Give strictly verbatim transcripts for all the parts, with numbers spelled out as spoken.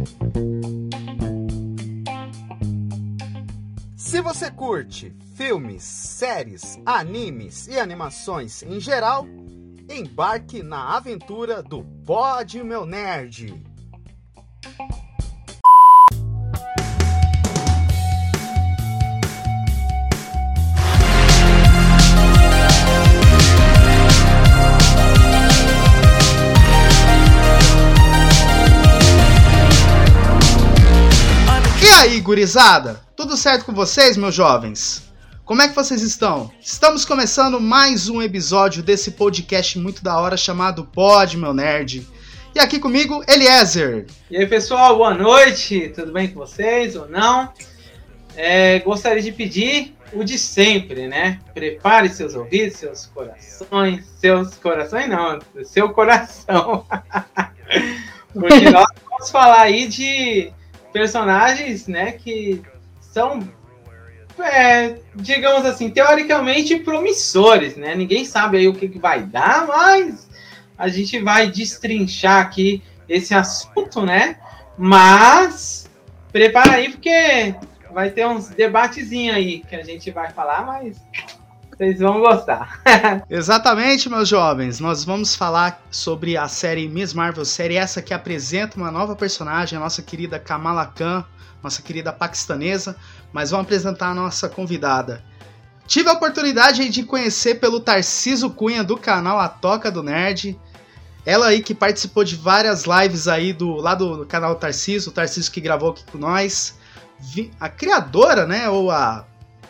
Se você curte filmes, séries, animes e animações em geral, embarque na aventura do Pod Meu Nerd. E aí, gurizada? Tudo certo com vocês, meus jovens? Como é que vocês estão? Estamos começando mais um episódio desse podcast muito da hora chamado Pod Meu Nerd. E aqui comigo, Eliezer. E aí, pessoal, boa noite. Tudo bem com vocês ou não? É, gostaria de pedir o de sempre, né? Prepare seus ouvidos, seus corações, seus corações não, seu coração. Porque nós vamos falar aí de personagens, né, que são, é, digamos assim, teoricamente promissores, né? Ninguém sabe aí o que, que vai dar, mas a gente vai destrinchar aqui esse assunto, né? Mas prepara aí porque vai ter uns debatezinhos aí que a gente vai falar, mas vocês vão gostar. Exatamente, meus jovens. Nós vamos falar sobre a série Miss Marvel, série essa que apresenta uma nova personagem, a nossa querida Kamala Khan, nossa querida paquistanesa, mas vamos apresentar a nossa convidada. Tive a oportunidade de conhecer pelo Tarcísio Cunha do canal A Toca do Nerd. Ela aí que participou de várias lives aí do, lá do canal Tarcísio, o Tarcísio que gravou aqui com nós. A criadora, né, ou a...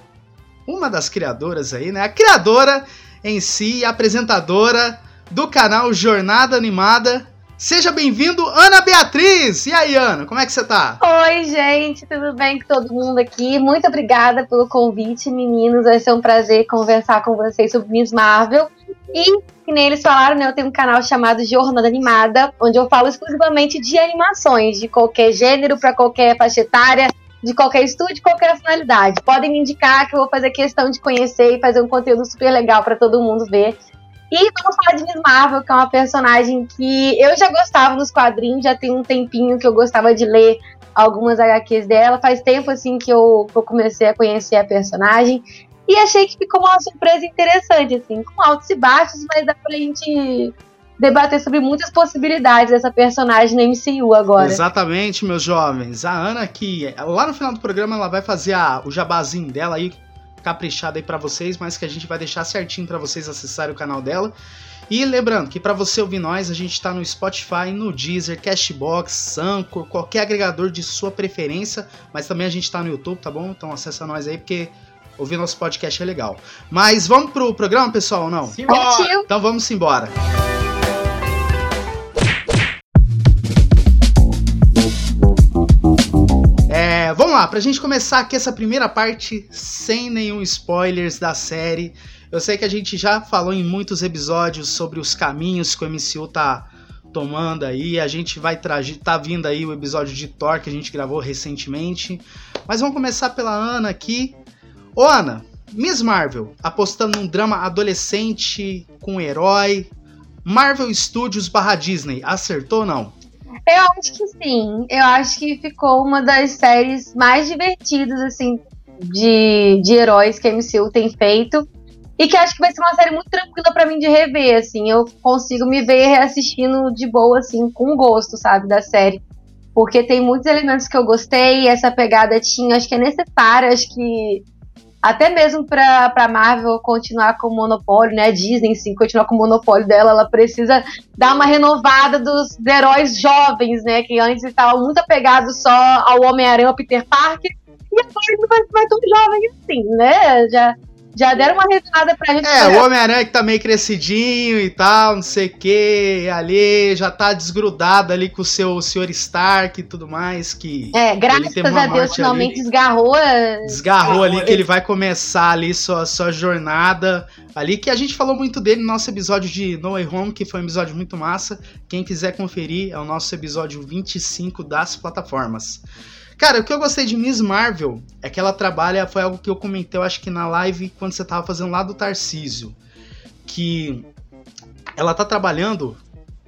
uma das criadoras aí, né? A criadora em si e apresentadora do canal Jornada Animada. Seja bem-vindo, Ana Beatriz! E aí, Ana, como é que você tá? Oi, gente, tudo bem com todo mundo aqui? Muito obrigada pelo convite, meninos. Vai ser um prazer conversar com vocês sobre Miss Marvel. E, que nem eles falaram, né, eu tenho um canal chamado Jornada Animada, onde eu falo exclusivamente de animações, de qualquer gênero, para qualquer faixa etária, de qualquer estúdio, qualquer nacionalidade. Podem me indicar que eu vou fazer questão de conhecer e fazer um conteúdo super legal para todo mundo ver. E vamos falar de Miss Marvel, que é uma personagem que eu já gostava nos quadrinhos, já tem um tempinho que eu gostava de ler algumas agá quês dela. Faz tempo assim que eu, que eu comecei a conhecer a personagem. E achei que ficou uma surpresa interessante, assim, com altos e baixos, mas dá pra gente debater sobre muitas possibilidades dessa personagem no M C U agora. Exatamente, meus jovens. A Ana aqui, lá no final do programa, ela vai fazer a, o jabazinho dela aí, caprichado aí pra vocês, mas que a gente vai deixar certinho pra vocês acessarem o canal dela. E lembrando que pra você ouvir nós, a gente tá no Spotify, no Deezer, Cashbox, Anchor, qualquer agregador de sua preferência, mas também a gente tá no YouTube, tá bom? Então acessa nós aí, porque ouvir nosso podcast é legal. Mas vamos pro programa, pessoal, ou não? Simbora! Então vamos embora. É, vamos lá, pra gente começar aqui essa primeira parte sem nenhum spoilers da série. Eu sei que a gente já falou em muitos episódios sobre os caminhos que o M C U tá tomando aí. A gente vai trazer, tá vindo aí o episódio de Thor que a gente gravou recentemente. Mas vamos começar pela Ana aqui. Ô Ana, Miss Marvel, apostando num drama adolescente com herói. Marvel Studios barra Disney, acertou ou não? Eu acho que sim. Eu acho que ficou uma das séries mais divertidas, assim, de, de heróis que a M C U tem feito. E que acho que vai ser uma série muito tranquila pra mim de rever, assim. Eu consigo me ver assistindo de boa, assim, com gosto, sabe, da série. Porque tem muitos elementos que eu gostei, essa pegada tinha, acho que é necessária, acho que até mesmo pra, pra Marvel continuar com o monopólio, né, a Disney, sim, continuar com o monopólio dela, ela precisa dar uma renovada dos heróis jovens, né, que antes estavam muito apegados só ao Homem-Aranha, ao Peter Parker, e agora não vai ser mais tão jovem assim, né, já... Já deram uma revirada pra gente. É, o Homem-Aranha que tá meio crescidinho e tal, não sei o que, ali já tá desgrudado ali com o seu senhor Stark e tudo mais, que... É, graças a Deus, finalmente ali, desgarrou. Desgarrou ah, ali, ele... que ele vai começar ali sua, sua jornada ali, que a gente falou muito dele no nosso episódio de No Way Home, que foi um episódio muito massa. Quem quiser conferir, é o nosso episódio vinte e cinco das plataformas. Cara, o que eu gostei de Miss Marvel é que ela trabalha, foi algo que eu comentei, eu acho que na live, quando você tava fazendo lá do Tarcísio, que ela tá trabalhando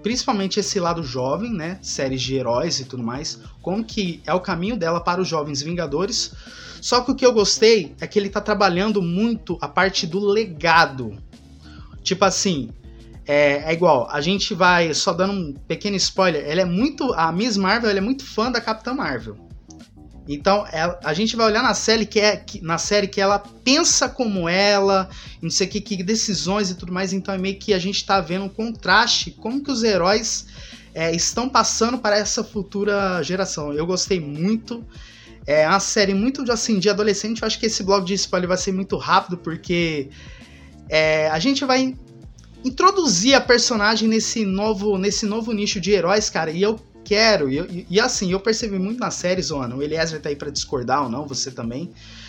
principalmente esse lado jovem, né, séries de heróis e tudo mais, como que é o caminho dela para os jovens Vingadores. Só que o que eu gostei é que ele tá trabalhando muito a parte do legado. Tipo assim, é, é igual, a gente vai, só dando um pequeno spoiler, ela é muito, a Miss Marvel, ela é muito fã da Capitã Marvel. Então, ela, a gente vai olhar na série que, é, que, na série que ela pensa como ela, não sei o que, que decisões e tudo mais. Então, é meio que a gente tá vendo um contraste, como que os heróis é, estão passando para essa futura geração. Eu gostei muito. É uma série muito assim, de adolescente. Eu acho que esse blog de spoiler vai ser muito rápido, porque é, a gente vai introduzir a personagem nesse novo, nesse novo nicho de heróis, cara. E eu quero, e, e, e assim, eu percebi muito nas séries, Ana, o Eliezer tá aí pra discordar ou não, você também,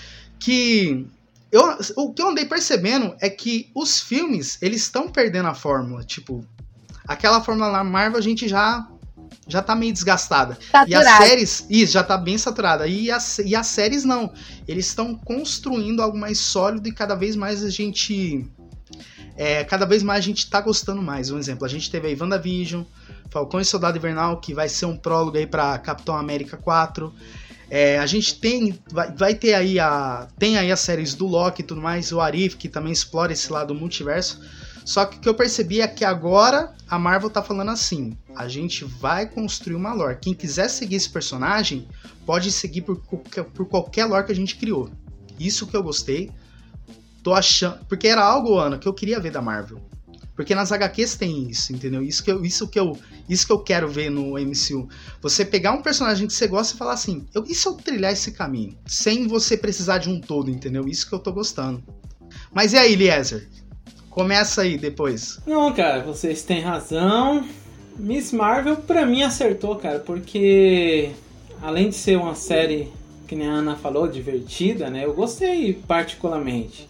que eu, o que eu andei percebendo é que os filmes, eles estão perdendo a fórmula, tipo, aquela fórmula na Marvel a gente já já tá meio desgastada. Saturado. E as séries, isso, já tá bem saturada, e as, e as séries não, eles estão construindo algo mais sólido e cada vez mais a gente é, cada vez mais a gente tá gostando mais. Um exemplo, a gente teve aí WandaVision, Falcão e Soldado Invernal, que vai ser um prólogo aí pra Capitão América quatro. É, a gente tem, vai, vai ter aí a, tem aí as séries do Loki e tudo mais, o Arif, que também explora esse lado do multiverso. Só que o que eu percebi é que agora a Marvel tá falando assim, a gente vai construir uma lore. Quem quiser seguir esse personagem, pode seguir por, por qualquer lore que a gente criou. Isso que eu gostei. Tô achando, porque era algo, Ana, que eu queria ver da Marvel. Porque nas agá quês tem isso, entendeu? Isso que eu, isso que eu, isso que eu quero ver no M C U. Você pegar um personagem que você gosta e falar assim, eu, e se eu trilhar esse caminho? Sem você precisar de um todo, entendeu? Isso que eu tô gostando. Mas e aí, Eliezer? Começa aí depois. Não, cara, vocês têm razão. Miss Marvel, pra mim, acertou, cara. Porque, além de ser uma série, que nem a Ana falou, divertida, né? Eu gostei particularmente.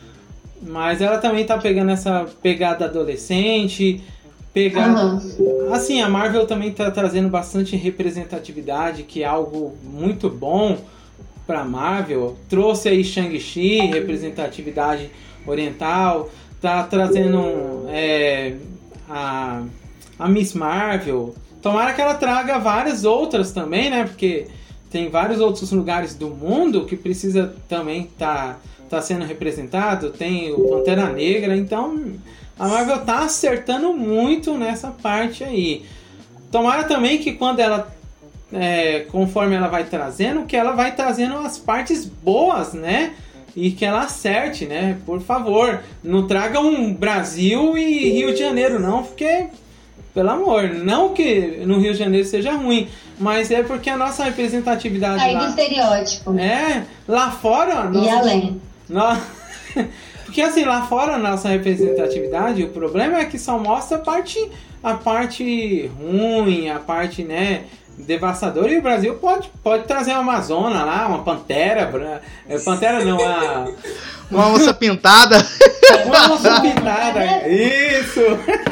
Mas ela também tá pegando essa pegada adolescente, pegada... Uhum. Assim, a Marvel também tá trazendo bastante representatividade, que é algo muito bom pra Marvel. Trouxe aí Shang-Chi, representatividade oriental, tá trazendo é, a, a Miss Marvel. Tomara que ela traga várias outras também, né? Porque tem vários outros lugares do mundo que precisa também tá... tá sendo representado, tem o Pantera Negra, então a Marvel tá acertando muito nessa parte aí. Tomara também que quando ela, é, conforme ela vai trazendo, que ela vai trazendo as partes boas, né? E que ela acerte, né? Por favor, não traga um Brasil e Rio de Janeiro, não, porque, pelo amor, não que no Rio de Janeiro seja ruim, mas é porque a nossa representatividade aí lá... do estereótipo. É, lá fora... Nossa... E além. Não, porque assim, lá fora a nossa representatividade, o problema é que só mostra a parte, a parte ruim, a parte, né, devastadora, e o Brasil pode, pode trazer uma Amazona lá, uma Pantera, Pantera não, uma... Uma onça pintada. Uma onça pintada, isso!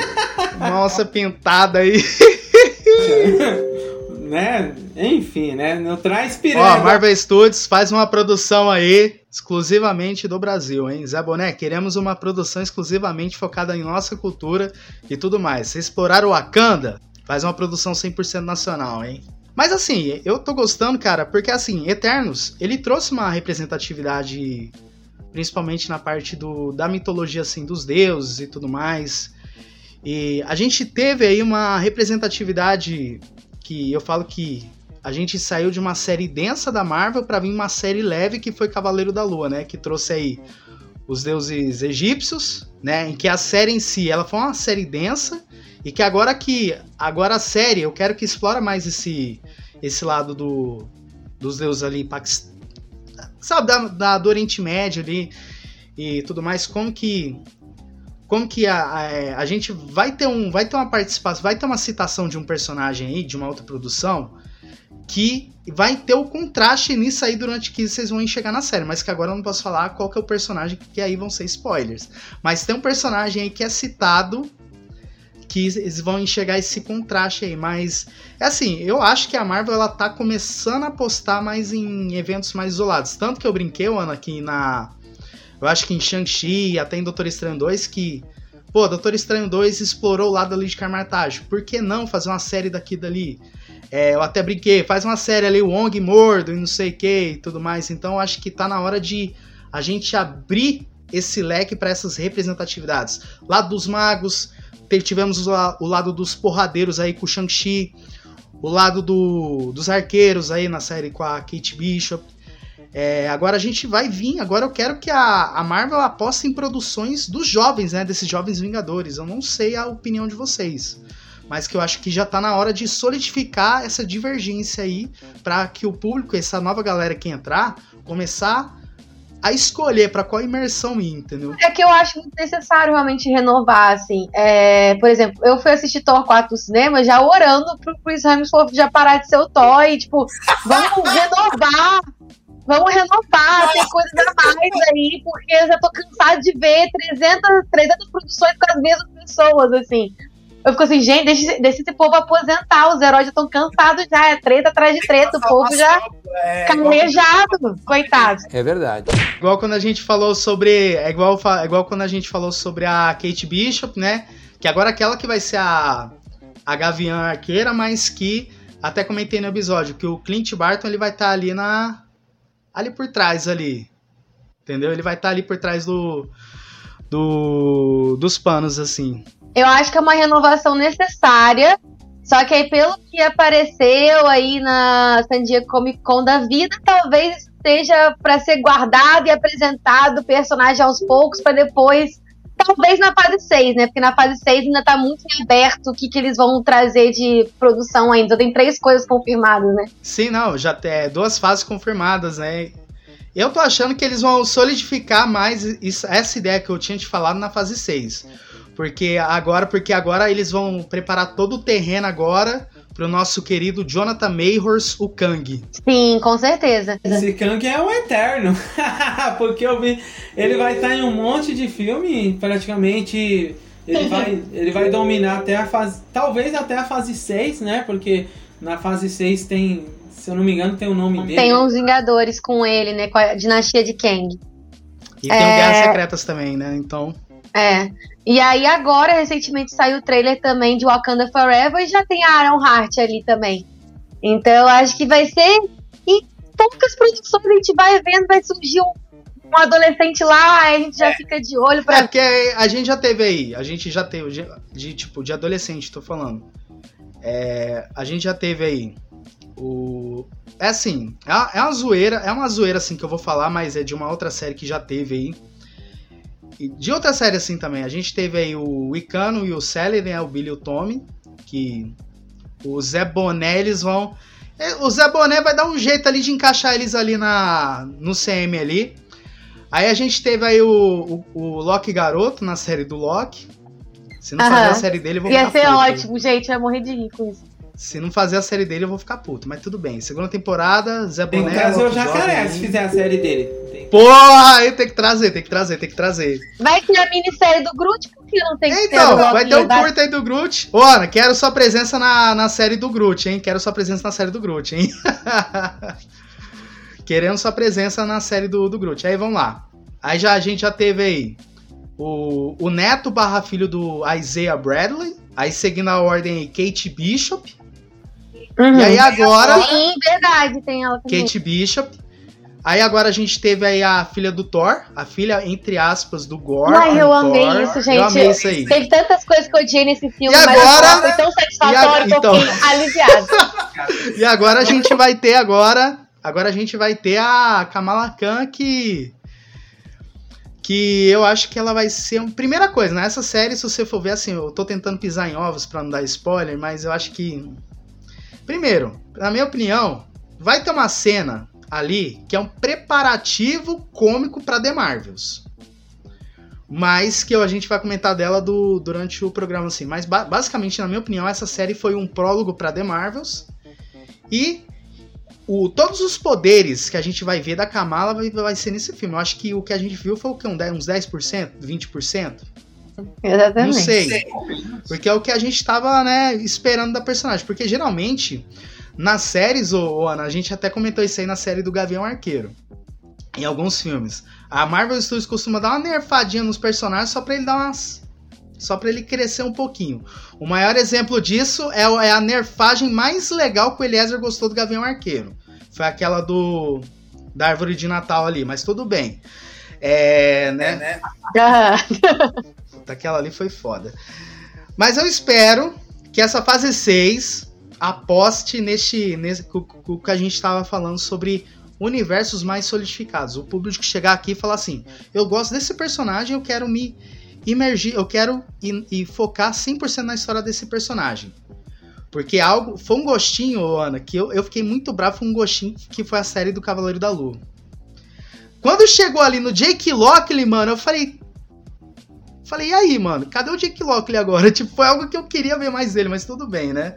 Uma onça pintada aí. Né? Enfim, né? Não traz piranga. Ó, Marvel Studios faz uma produção aí exclusivamente do Brasil, hein? Zé Boné, queremos uma produção exclusivamente focada em nossa cultura e tudo mais. Se explorar o Wakanda, faz uma produção cem por cento nacional, hein? Mas assim, eu tô gostando, cara, porque assim, Eternos, ele trouxe uma representatividade, principalmente na parte do, da mitologia, assim, dos deuses e tudo mais. E a gente teve aí uma representatividade... que eu falo que a gente saiu de uma série densa da Marvel para vir uma série leve que foi Cavaleiro da Lua, né? Que trouxe aí os deuses egípcios, né? Em que a série em si, ela foi uma série densa e que agora que agora a série, eu quero que explore mais esse esse lado do dos deuses ali, paquist... sabe, da, da do Oriente Médio ali e tudo mais, como que como que a, a, a gente vai ter, um, vai ter uma participação, vai ter uma citação de um personagem aí, de uma outra produção, que vai ter o contraste nisso aí durante que vocês vão chegar na série, mas que agora eu não posso falar qual que é o personagem, que aí vão ser spoilers. Mas tem um personagem aí que é citado, que eles vão enxergar esse contraste aí, mas é assim, eu acho que a Marvel ela tá começando a apostar mais em eventos mais isolados, tanto que eu brinquei, Ana, aqui na... eu acho que em Shang-Chi e até em Doutor Estranho dois, que Pô, Doutor Estranho dois explorou o lado ali de Kamar-Taj. Por que não fazer uma série daqui e dali? É, eu até brinquei, faz uma série ali, o Wong Mordo e não sei o que e tudo mais. Então eu acho que tá na hora de a gente abrir esse leque para essas representatividades. Lado dos magos, tivemos o, o lado dos porradeiros aí com o Shang-Chi, o lado do, dos arqueiros aí na série com a Kate Bishop. É, agora a gente vai vir, agora eu quero que a, a Marvel aposte em produções dos jovens, né, desses jovens Vingadores. Eu não sei a opinião de vocês, mas que eu acho que já tá na hora de solidificar essa divergência aí, para que o público, essa nova galera que entrar, começar a escolher para qual imersão ir, entendeu? É que eu acho muito necessário realmente renovar, assim. É, por exemplo, eu fui assistir Thor quatro no cinema já orando pro Chris Hemsworth já parar de ser o Thor e, tipo, vamos renovar, vamos renovar, tem coisas a mais aí, porque eu já tô cansado de ver trezentas, trezentas produções com as mesmas pessoas, assim. Eu fico assim, gente, deixa, deixa esse povo aposentar, os heróis já estão cansados já, é treta atrás de treta, o povo já é, calejado, igual... coitado. É verdade. Igual quando a gente falou sobre, é igual, é igual quando a gente falou sobre a Kate Bishop, né, que agora é aquela que vai ser a, a Gavião Arqueira, mas que, até comentei no episódio, que o Clint Barton, ele vai estar tá ali na, ali por trás ali, entendeu? Ele vai estar tá ali por trás do, do dos panos, assim. Eu acho que é uma renovação necessária, só que aí pelo que apareceu aí na San Diego Comic Con da vida, talvez esteja para ser guardado e apresentado o personagem aos poucos, para depois, talvez na fase seis, né? Porque na fase seis ainda tá muito em aberto o que, que eles vão trazer de produção ainda. Tem três coisas confirmadas, né? Sim, não, já tem duas fases confirmadas, né? Eu tô achando que eles vão solidificar mais isso, essa ideia que eu tinha te falado na fase seis. Porque agora, porque agora eles vão preparar todo o terreno agora pro nosso querido Jonathan Majors, o Kang. Sim, com certeza. Esse Kang é o eterno. Porque eu vi, ele vai estar em um monte de filme, praticamente. Ele vai, ele vai dominar até a fase. Talvez até a fase seis, né? Porque na fase seis tem, se eu não me engano, tem o nome dele. Tem uns Vingadores com ele, né? Com a dinastia de Kang. E é... tem o Guerras Secretas também, né? Então. É. E aí agora, recentemente, saiu o trailer também de Wakanda Forever e já tem a Aaron Hart ali também. Então eu acho que vai ser... Em poucas produções a gente vai vendo, vai surgir um, um adolescente lá, aí a gente já é. fica de olho pra... É porque a gente já teve aí, a gente já teve, de, de tipo, de adolescente, tô falando. É, a gente já teve aí o... É assim, é uma, é uma zoeira, é uma zoeira assim que eu vou falar, mas é de uma outra série que já teve aí. E de outra série assim também, a gente teve aí o Icano e o Sally, né, o Billy e o Tommy, que o Zé Boné, eles vão... O Zé Boné vai dar um jeito ali de encaixar eles ali na, no C M ali. Aí a gente teve aí o, o, o Loki Garoto na série do Loki. Se não fazer a série dele, eu vou Ia ficar puto. Ia ser ótimo, gente, eu ia morrer de rir com isso. Se não fazer a série dele, eu vou ficar puto, mas tudo bem. Segunda temporada, Zé Boné... Tem que trazer o Jacaré se fizer a série dele. Porra, aí tem que trazer, tem que trazer, tem que trazer. Vai ter a minissérie do Groot, porque não tem que então, ter. Então, vai ter um curta aí do Groot. Ô, Ana, quero sua presença na, na série do Groot, hein? Quero sua presença na série do Groot, hein? Querendo sua presença na série do, do Groot. Aí, vamos lá. Aí já, a gente já teve aí o, o neto barra filho do Isaiah Bradley. Aí, seguindo a ordem aí, Kate Bishop. Uhum. E aí, agora... Sim, verdade, tem ela também. Kate Bishop. Aí agora a gente teve aí a filha do Thor, a filha, entre aspas, do Gore. Ai, eu amei Thor. isso, gente. Eu amei isso aí. Teve tantas coisas que eu odiei nesse filme, e mas agora... foi tão satisfatório que então... eu fiquei aliviado. E agora a gente vai ter agora... Agora a gente vai ter a Kamala Khan, que... Que eu acho que ela vai ser... Uma... Primeira coisa, nessa série, se você for ver, assim, eu tô tentando pisar em ovos pra não dar spoiler, mas eu acho que... Primeiro, na minha opinião, vai ter uma cena... ali, que é um preparativo cômico para The Marvels. Mas que a gente vai comentar dela do, durante o programa, assim. Mas ba- basicamente, na minha opinião, essa série foi um prólogo para The Marvels. E o, todos os poderes que a gente vai ver da Kamala vai, vai ser nesse filme. Eu acho que o que a gente viu foi o quê? Uns dez por cento? vinte por cento? Exatamente. Não sei. Porque é o que a gente tava, né, esperando da personagem. Porque geralmente... Nas séries, ô, ô, Ana, a gente até comentou isso aí na série do Gavião Arqueiro. Em alguns filmes. A Marvel Studios costuma dar uma nerfadinha nos personagens só pra ele dar umas... só pra ele crescer um pouquinho. O maior exemplo disso é, é a nerfagem mais legal que o Eliezer gostou do Gavião Arqueiro. Foi aquela do da árvore de Natal ali, mas tudo bem. É, né? É, né? Aquela ali foi foda. Mas eu espero que essa fase seis aposte neste, nesse o que a gente estava falando sobre universos mais solidificados. O público chegar aqui e falar assim, eu gosto desse personagem, eu quero me imergir, eu quero ir, ir focar cem por cento na história desse personagem. Porque algo, foi um gostinho, Ana, que eu, eu fiquei muito bravo, foi um gostinho que foi a série do Cavaleiro da Lua. Quando chegou ali no Jake Lockley, mano, eu falei... Falei, e aí, mano? Cadê o Jake Lockley agora? Tipo, foi algo que eu queria ver mais dele, mas tudo bem, né?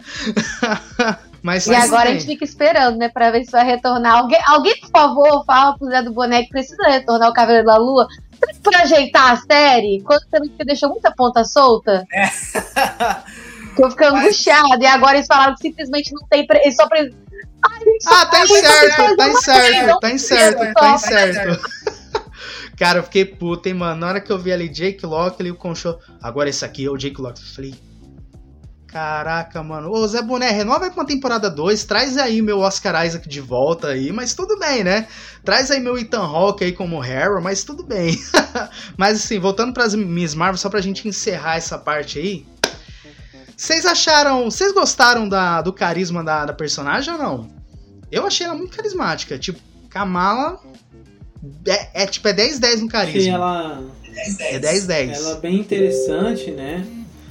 Mas, e agora bem. A gente fica esperando, né? Pra ver se vai retornar. Alguém, alguém por favor, fala pro Zé do Boneco, precisa retornar o Cavaleiro da Lua pra ajeitar a série? Quando você deixou muita ponta solta? É. Eu fiquei angustiada. E agora eles falaram que simplesmente não tem... Pre... Eles só pre... Ai, ah, tá incerto, tá incerto, tá incerto, tá incerto. Cara, eu fiquei puto, hein, mano. Na hora que eu vi ali Jake Lockley e o Concho, agora esse aqui é o Jake Lockley. Falei, caraca, mano. Ô, Zé Boné, renova aí pra uma temporada dois, traz aí meu Oscar Isaac de volta aí, mas tudo bem, né? Traz aí meu Ethan Hawke aí como Harrow, mas tudo bem. Mas assim, voltando pras Miss Marvel, só pra gente encerrar essa parte aí. Vocês acharam, vocês gostaram da, do carisma da, da personagem ou não? Eu achei ela muito carismática, tipo, Kamala é, é tipo, é dez dez no carisma. Sim, ela... É dez dez. Ela é bem interessante, né?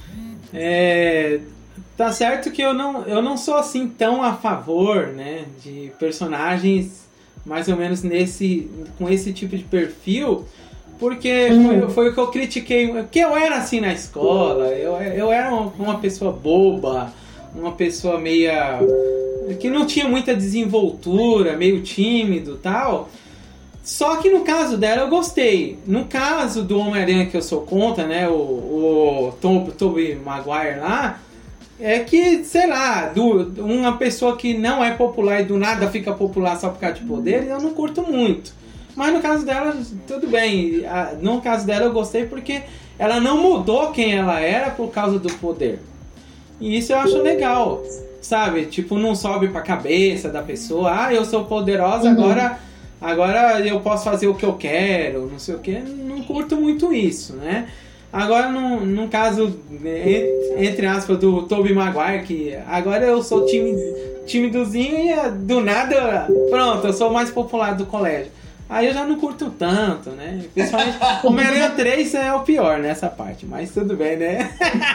É... Tá certo que eu não, eu não sou assim tão a favor, né, de personagens mais ou menos nesse, com esse tipo de perfil, porque foi, foi o que eu critiquei, porque eu era assim na escola, eu, eu era uma, uma pessoa boba, uma pessoa meia... que não tinha muita desenvoltura, meio tímido e tal. Só que no caso dela eu gostei. No caso do Homem-Aranha que eu sou contra, né, o, o Tom, Tobey Maguire lá, é que, sei lá, do, uma pessoa que não é popular e do nada fica popular só por causa de poder, eu não curto muito. Mas no caso dela, tudo bem. No caso dela eu gostei porque ela não mudou quem ela era por causa do poder. E isso eu acho legal, sabe? Tipo, não sobe pra cabeça da pessoa. Ah, eu sou poderosa, uhum. agora, agora eu posso fazer o que eu quero, não sei o que. Não curto muito isso, né? Agora, no, no caso, entre aspas, do Tobey Maguire, que agora eu sou tímido, timidozinho e do nada, pronto, eu sou o mais popular do colégio. Aí eu já não curto tanto, né? Principalmente o Homem-Aranha três é o pior nessa parte, mas tudo bem, né?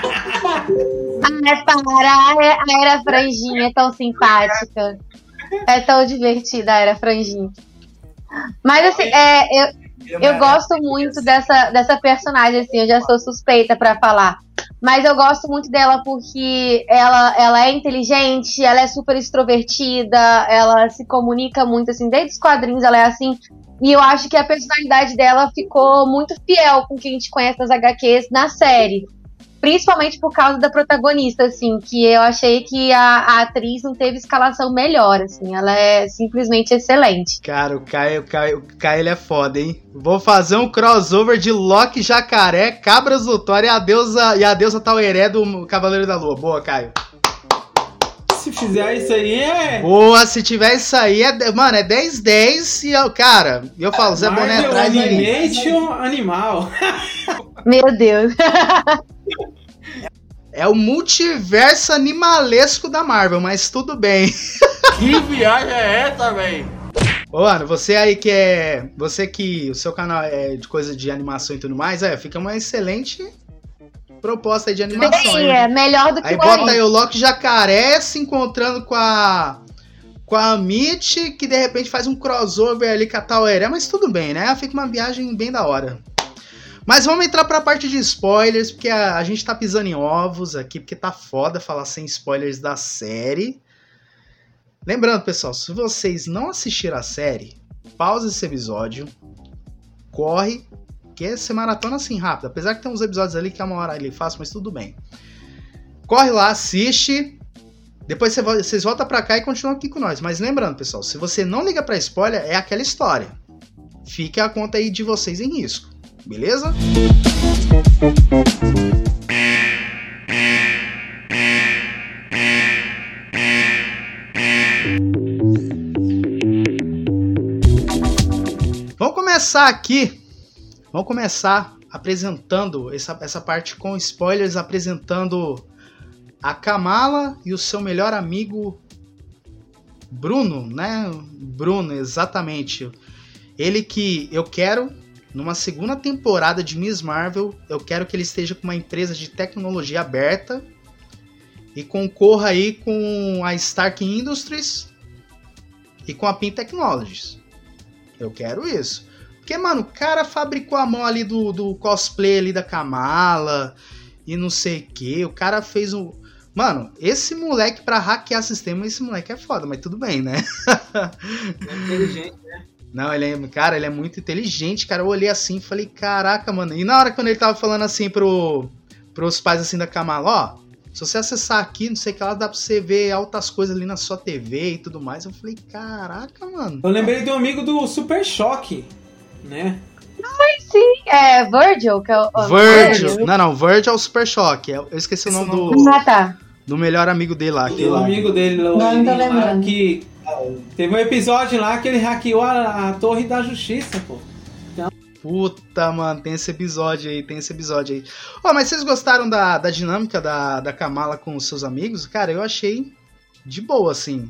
Ai, para! A Era Franjinha é tão simpática. É tão divertida a Era Franjinha. Mas assim, é, eu, eu gosto muito dessa, dessa personagem, assim, eu já sou suspeita pra falar. Mas eu gosto muito dela porque ela, ela é inteligente, ela é super extrovertida, ela se comunica muito, assim, desde os quadrinhos ela é assim. E eu acho que a personalidade dela ficou muito fiel com o que a gente conhece das agá quês na série. Principalmente por causa da protagonista, assim, que eu achei que a, a atriz não teve escalação melhor, assim, ela é simplesmente excelente. Cara, o Caio, o Caio, o Caio ele é foda, hein? Vou fazer um crossover de Loki, Jacaré, Cabras do Thor e a deusa, e a deusa Taueré do Cavaleiro da Lua. Boa, Caio. Se fizer isso aí é... Boa, se tiver isso aí, é, mano, é dez dez e, eu, cara, eu falo, Zé Boné atrás de mim. Animal. Meu Deus. É o multiverso animalesco da Marvel, mas tudo bem. Que viagem é essa, velho? Ô, Ana, você aí que é... Você que... O seu canal é de coisa de animação e tudo mais, é, fica uma excelente proposta aí de animação. Sim, é melhor do que aí o bota aí o Loki Jacaré se encontrando com a... Com a Mitch, que de repente faz um crossover ali com a Taueré, mas tudo bem, né? Fica uma viagem bem da hora. Mas vamos entrar pra parte de spoilers, porque a, a gente tá pisando em ovos aqui, porque tá foda falar sem spoilers da série. Lembrando, pessoal, se vocês não assistiram a série, pausa esse episódio, corre, que essa maratona assim rápido, apesar que tem uns episódios ali que é uma hora ali fácil, mas tudo bem. Corre lá, assiste, depois vocês voltam pra cá e continuam aqui com nós. Mas lembrando, pessoal, se você não liga pra spoiler, é aquela história. Fique a conta aí de vocês em risco. Beleza? começar aqui. Vamos começar apresentando essa, essa parte com spoilers, apresentando a Kamala e o seu melhor amigo Bruno, né? Bruno, exatamente. Ele que eu quero, numa segunda temporada de Miss Marvel, eu quero que ele esteja com uma empresa de tecnologia aberta e concorra aí com a Stark Industries e com a Pym Technologies. Eu quero isso. Porque, mano, o cara fabricou a mão ali do, do cosplay ali da Kamala e não sei o que. O cara fez um... Mano, esse moleque pra hackear sistema, esse moleque é foda, mas tudo bem, né? É inteligente, né? Não, ele é, cara, ele é muito inteligente, cara. Eu olhei assim e falei, caraca, mano. E na hora quando ele tava falando assim pro, pros pais assim da Kamala, ó, se você acessar aqui, não sei o que lá, dá pra você ver altas coisas ali na sua T V e tudo mais. Eu falei, caraca, mano. Eu lembrei de um amigo do Super Choque, né? Ai, sim, é Virgil, que é o... Virgil. Virgil. Não, não, Virgil é o Super Choque. Eu esqueci Esse o nome do... Ah, tá. Do melhor amigo dele lá. O amigo dele lá, não, não tô lá que... Teve um episódio lá que ele hackeou a, a Torre da Justiça, pô. Então... Puta, mano, tem esse episódio aí, tem esse episódio aí. Ó, oh, mas vocês gostaram da, da dinâmica da, da Kamala com os seus amigos? Cara, eu achei de boa, assim.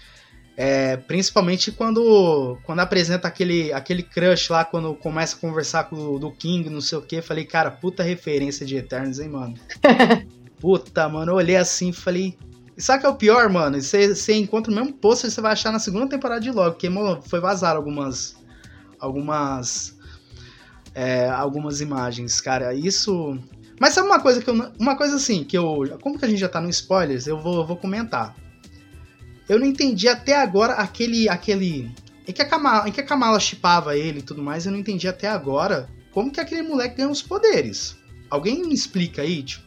É, principalmente quando, quando apresenta aquele, aquele crush lá, quando começa a conversar com o do King, não sei o que. Falei, cara, puta referência de Eternos, hein, mano? Puta, mano, eu olhei assim e falei... E sabe o que é o pior, mano? Você, você encontra o mesmo pôster que você vai achar na segunda temporada de Loki, porque, mano, foi vazar algumas... Algumas... É, algumas imagens, cara. Isso... Mas sabe uma coisa que eu... Uma coisa assim, que eu... Como que a gente já tá no spoilers, eu vou, vou comentar. Eu não entendi até agora aquele... aquele em que a Kamala, em que a Kamala shippava ele e tudo mais, eu não entendi até agora como que aquele moleque ganha os poderes. Alguém me explica aí, tipo...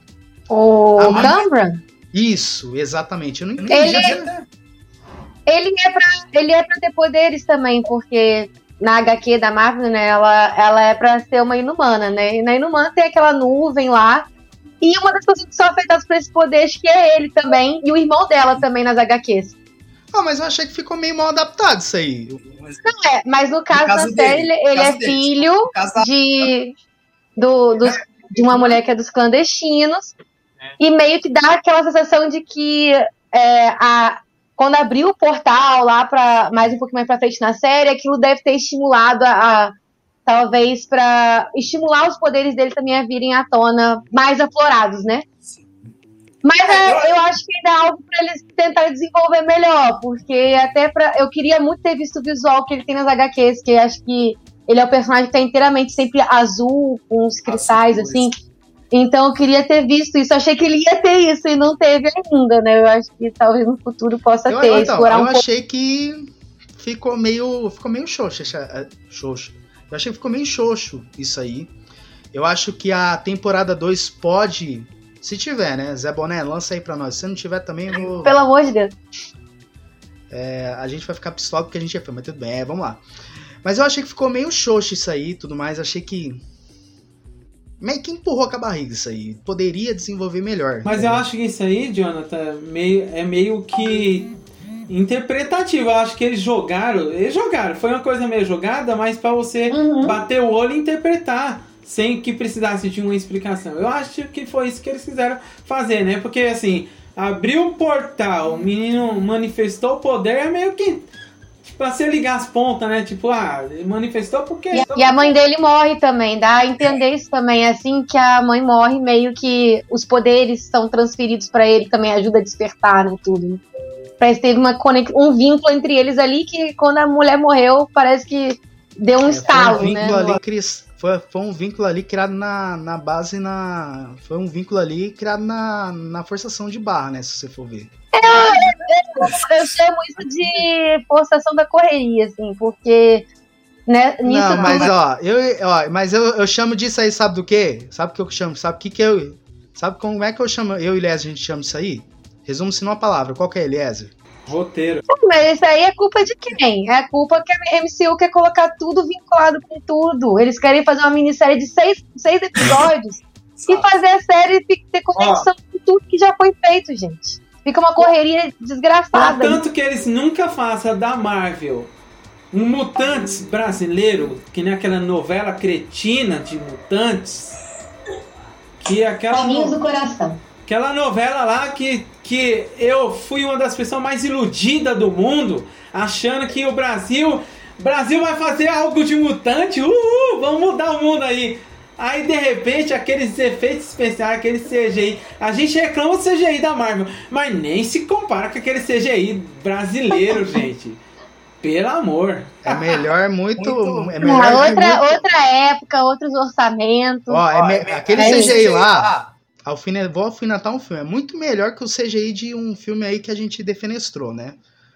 O Cameron? Isso, exatamente. Eu não entendi. Ele, até... ele, é pra, ele é pra ter poderes também, porque na H Q da Marvel, né, ela, ela é pra ser uma inumana, né? E na inumana tem aquela nuvem lá, e uma das pessoas que são afetadas por esses poderes que é ele também, e o irmão dela também nas H Qs. Ah, mas eu achei que ficou meio mal adaptado isso aí. Não é, mas no caso, no caso da série, dele, ele é dele, filho de, do, dos, de uma mulher que é dos clandestinos, é. E meio que dá aquela sensação de que é, a, quando abriu o portal lá pra, mais um pouquinho mais pra frente na série, aquilo deve ter estimulado a, a talvez pra estimular os poderes dele também a virem à tona mais aflorados, né? Sim. Mas é, eu acho que ainda é algo pra eles tentarem desenvolver melhor, porque até pra, eu queria muito ter visto o visual que ele tem nas H Qs, que eu acho que ele é o personagem que tá inteiramente sempre azul, com os cristais, azul, assim. Isso. Então eu queria ter visto isso, eu achei que ele ia ter isso e não teve ainda, né? Eu acho que talvez no futuro possa eu, ter, então, explorar eu um pouco. Eu achei que ficou meio, ficou meio xoxo, xoxo. Eu achei que ficou meio xoxo isso aí. Eu acho que a temporada dois pode, se tiver, né? Zé Boné, lança aí pra nós. Se não tiver também, eu vou... Pelo amor de Deus. É, a gente vai ficar pistola porque a gente é fã, mas tudo bem, é, vamos lá. Mas eu achei que ficou meio xoxo isso aí e tudo mais, achei que... meio que empurrou com a barriga isso aí. Poderia desenvolver melhor. Mas eu acho que isso aí, Jonathan, meio, é meio que interpretativo. Eu acho que eles jogaram. Eles jogaram. Foi uma coisa meio jogada, mas pra você uhum. bater o olho e interpretar. Sem que precisasse de uma explicação. Eu acho que foi isso que eles quiseram fazer, né? Porque assim, abriu o portal, o menino manifestou o poder, é meio que... Pra você ligar as pontas, né? Tipo, ah, ele manifestou porque... E, e a mãe dele morre também, dá a entender isso também. Assim que a mãe morre, meio que os poderes são transferidos pra ele, também ajuda a despertar, né, tudo. Parece que teve uma conex... um vínculo entre eles ali, que quando a mulher morreu, parece que deu um é, estalo, foi um né? Ali, Cris, foi, foi um vínculo ali criado na, na base, na... Foi um vínculo ali criado na, na forçação de barra, né, se você for ver. É, eu, eu, eu chamo isso de forçação da correria, assim, porque né, nisso não, mas tudo... ó, eu, ó, mas eu, eu chamo disso aí, sabe do quê? Sabe o que eu chamo? Sabe o que que eu, sabe como é que eu chamo? Eu e Eliezer a gente chama isso aí? Resume-se numa palavra. Qual que é, Eliezer? Roteiro. Mas isso aí é culpa de quem? É culpa que a M C U quer colocar tudo vinculado com tudo. Eles querem fazer uma minissérie de seis, seis episódios e fazer a série ter conexão ó. com tudo que já foi feito, gente. Fica uma correria desgraçada. Tanto que eles nunca façam da Marvel um Mutantes brasileiro, que nem aquela novela cretina de Mutantes, que aquela Caminhos do Coração. Aquela novela lá que, que eu fui uma das pessoas mais iludidas do mundo, achando que o Brasil, Brasil vai fazer algo de mutante, uhul, vamos mudar o mundo aí. Aí de repente aqueles efeitos especiais, aquele C G I, a gente reclama do C G I da Marvel, mas nem se compara com aquele C G I brasileiro, gente. Pelo amor. É melhor muito. muito é melhor é, outra, muito... outra época, outros orçamentos. Ó, é me... aquele é C G I isso. lá, alfine... vou alfinetar um filme. É muito melhor que o C G I de um filme aí que a gente defenestrou, né?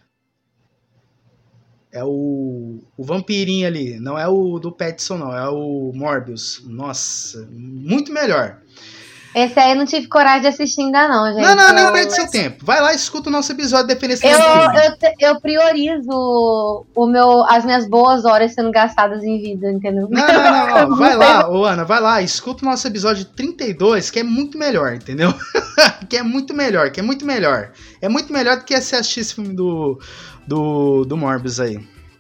É o, o vampirinho ali. Não é o do Pattinson, não. É o Morbius. Nossa, muito melhor. Esse aí eu não tive coragem de assistir ainda não, gente. Não, não, eu... não perde seu tempo. Vai lá e escuta o nosso episódio de definição eu, do filme. eu, te, eu priorizo o meu, as minhas boas horas sendo gastadas em vida, entendeu? Não, não, não, não. Vai lá, ô Ana, vai lá, escuta o nosso episódio trinta e dois, que é muito melhor, entendeu? que é muito melhor, que é muito melhor. É muito melhor do que você assistir esse filme do, do, do Morbius aí.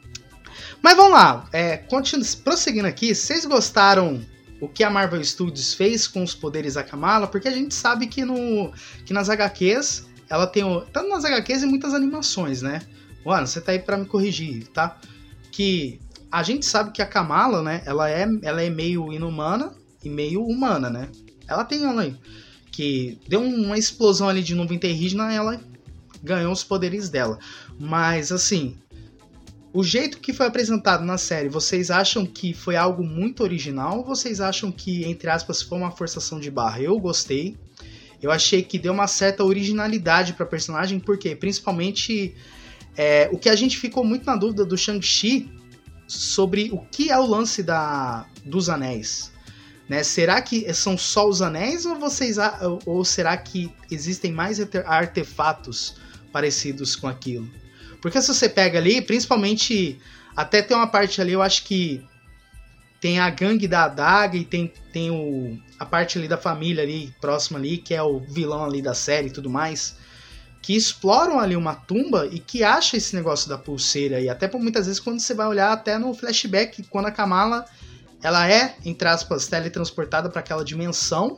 Mas vamos lá, é, continu, prosseguindo aqui, vocês gostaram o que a Marvel Studios fez com os poderes da Kamala? Porque a gente sabe que, no, que nas H Qs, ela tem, o, tanto nas H Qs e muitas animações, né? Mano, você tá aí pra me corrigir, tá? Que a gente sabe que a Kamala, né, ela é, ela é meio inumana e meio humana, né? Ela tem ela aí, que deu uma explosão ali de nuvem terrígena, ela ganhou os poderes dela. Mas, assim, o jeito que foi apresentado na série, vocês acham que foi algo muito original ou vocês acham que, entre aspas, foi uma forçação de barra? Eu gostei. Eu achei que deu uma certa originalidade pra personagem, porque principalmente é, o que a gente ficou muito na dúvida do Shang-Chi sobre o que é o lance da, dos anéis. Né? Será que são só os anéis ou, vocês, ou será que existem mais artefatos parecidos com aquilo? Porque se você pega ali, principalmente, até tem uma parte ali, eu acho que tem a gangue da adaga e tem, tem o, a parte ali da família ali, próxima ali, que é o vilão ali da série e tudo mais, que exploram ali uma tumba e que acha esse negócio da pulseira aí. Até por muitas vezes quando você vai olhar até no flashback, quando a Kamala, ela é, entre aspas, teletransportada para aquela dimensão,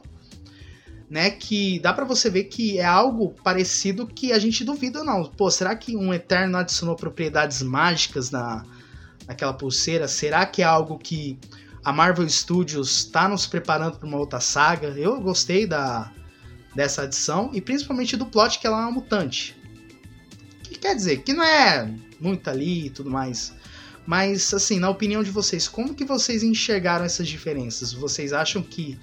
né, que dá pra você ver que é algo parecido que a gente duvida ou não. Pô, será que um Eterno adicionou propriedades mágicas na, naquela pulseira? Será que é algo que a Marvel Studios tá nos preparando pra uma outra saga? Eu gostei da, dessa adição e principalmente do plot que ela é uma mutante. Que quer dizer, que não é muito ali e tudo mais. Mas, assim, na opinião de vocês, como que vocês enxergaram essas diferenças? Vocês acham que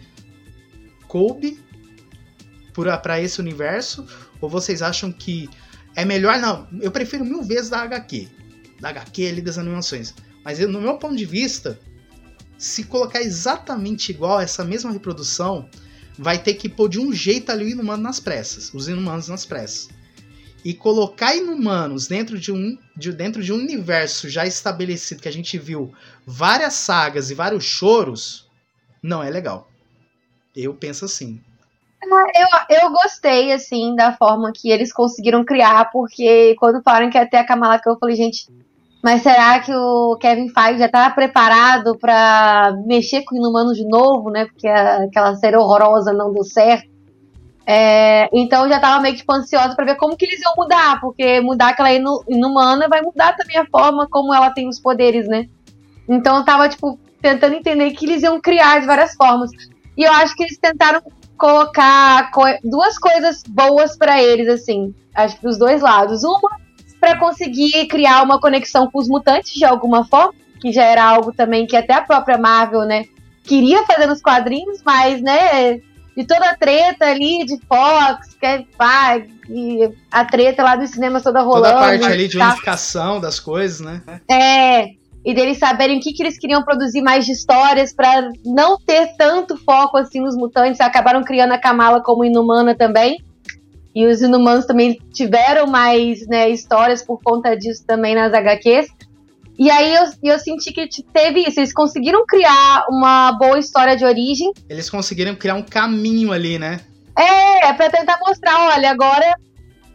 coube para esse universo, ou vocês acham que é melhor? Não, eu prefiro mil vezes da H Q, da H Q ali das animações, mas eu, no meu ponto de vista, se colocar exatamente igual essa mesma reprodução, vai ter que pôr de um jeito ali o Inumano nas pressas, os Inumanos nas pressas, e colocar Inumanos dentro de um, de, dentro de um universo já estabelecido, que a gente viu várias sagas e vários choros, não é legal. Eu penso assim. Eu, eu gostei, assim, da forma que eles conseguiram criar, porque quando falaram que ia ter a Kamala Khan, eu falei, gente, mas será que o Kevin Feige já tá preparado pra mexer com o Inumano de novo, né? Porque a, aquela série horrorosa não deu certo. É, então eu já tava meio tipo ansiosa pra ver como que eles iam mudar, porque mudar aquela Inumana vai mudar também a forma como ela tem os poderes, né? Então eu tava, tipo, tentando entender que eles iam criar de várias formas. E eu acho que eles tentaram colocar co- duas coisas boas pra eles, assim, acho que dos dois lados. Uma, pra conseguir criar uma conexão com os mutantes de alguma forma, que já era algo também que até a própria Marvel, né, queria fazer nos quadrinhos, mas, né, de toda a treta ali de Fox, Kevin Feige, e a treta lá dos cinemas toda rolando. Toda a parte ali de tá? unificação das coisas, né? É... E deles saberem o que, que eles queriam produzir mais de histórias pra não ter tanto foco assim nos mutantes. Acabaram criando a Kamala como inumana também. E os inumanos também tiveram mais, né, histórias por conta disso também nas H Qs. E aí eu, eu senti que teve isso. Eles conseguiram criar uma boa história de origem. Eles conseguiram criar um caminho ali, né? É, pra tentar mostrar, olha, agora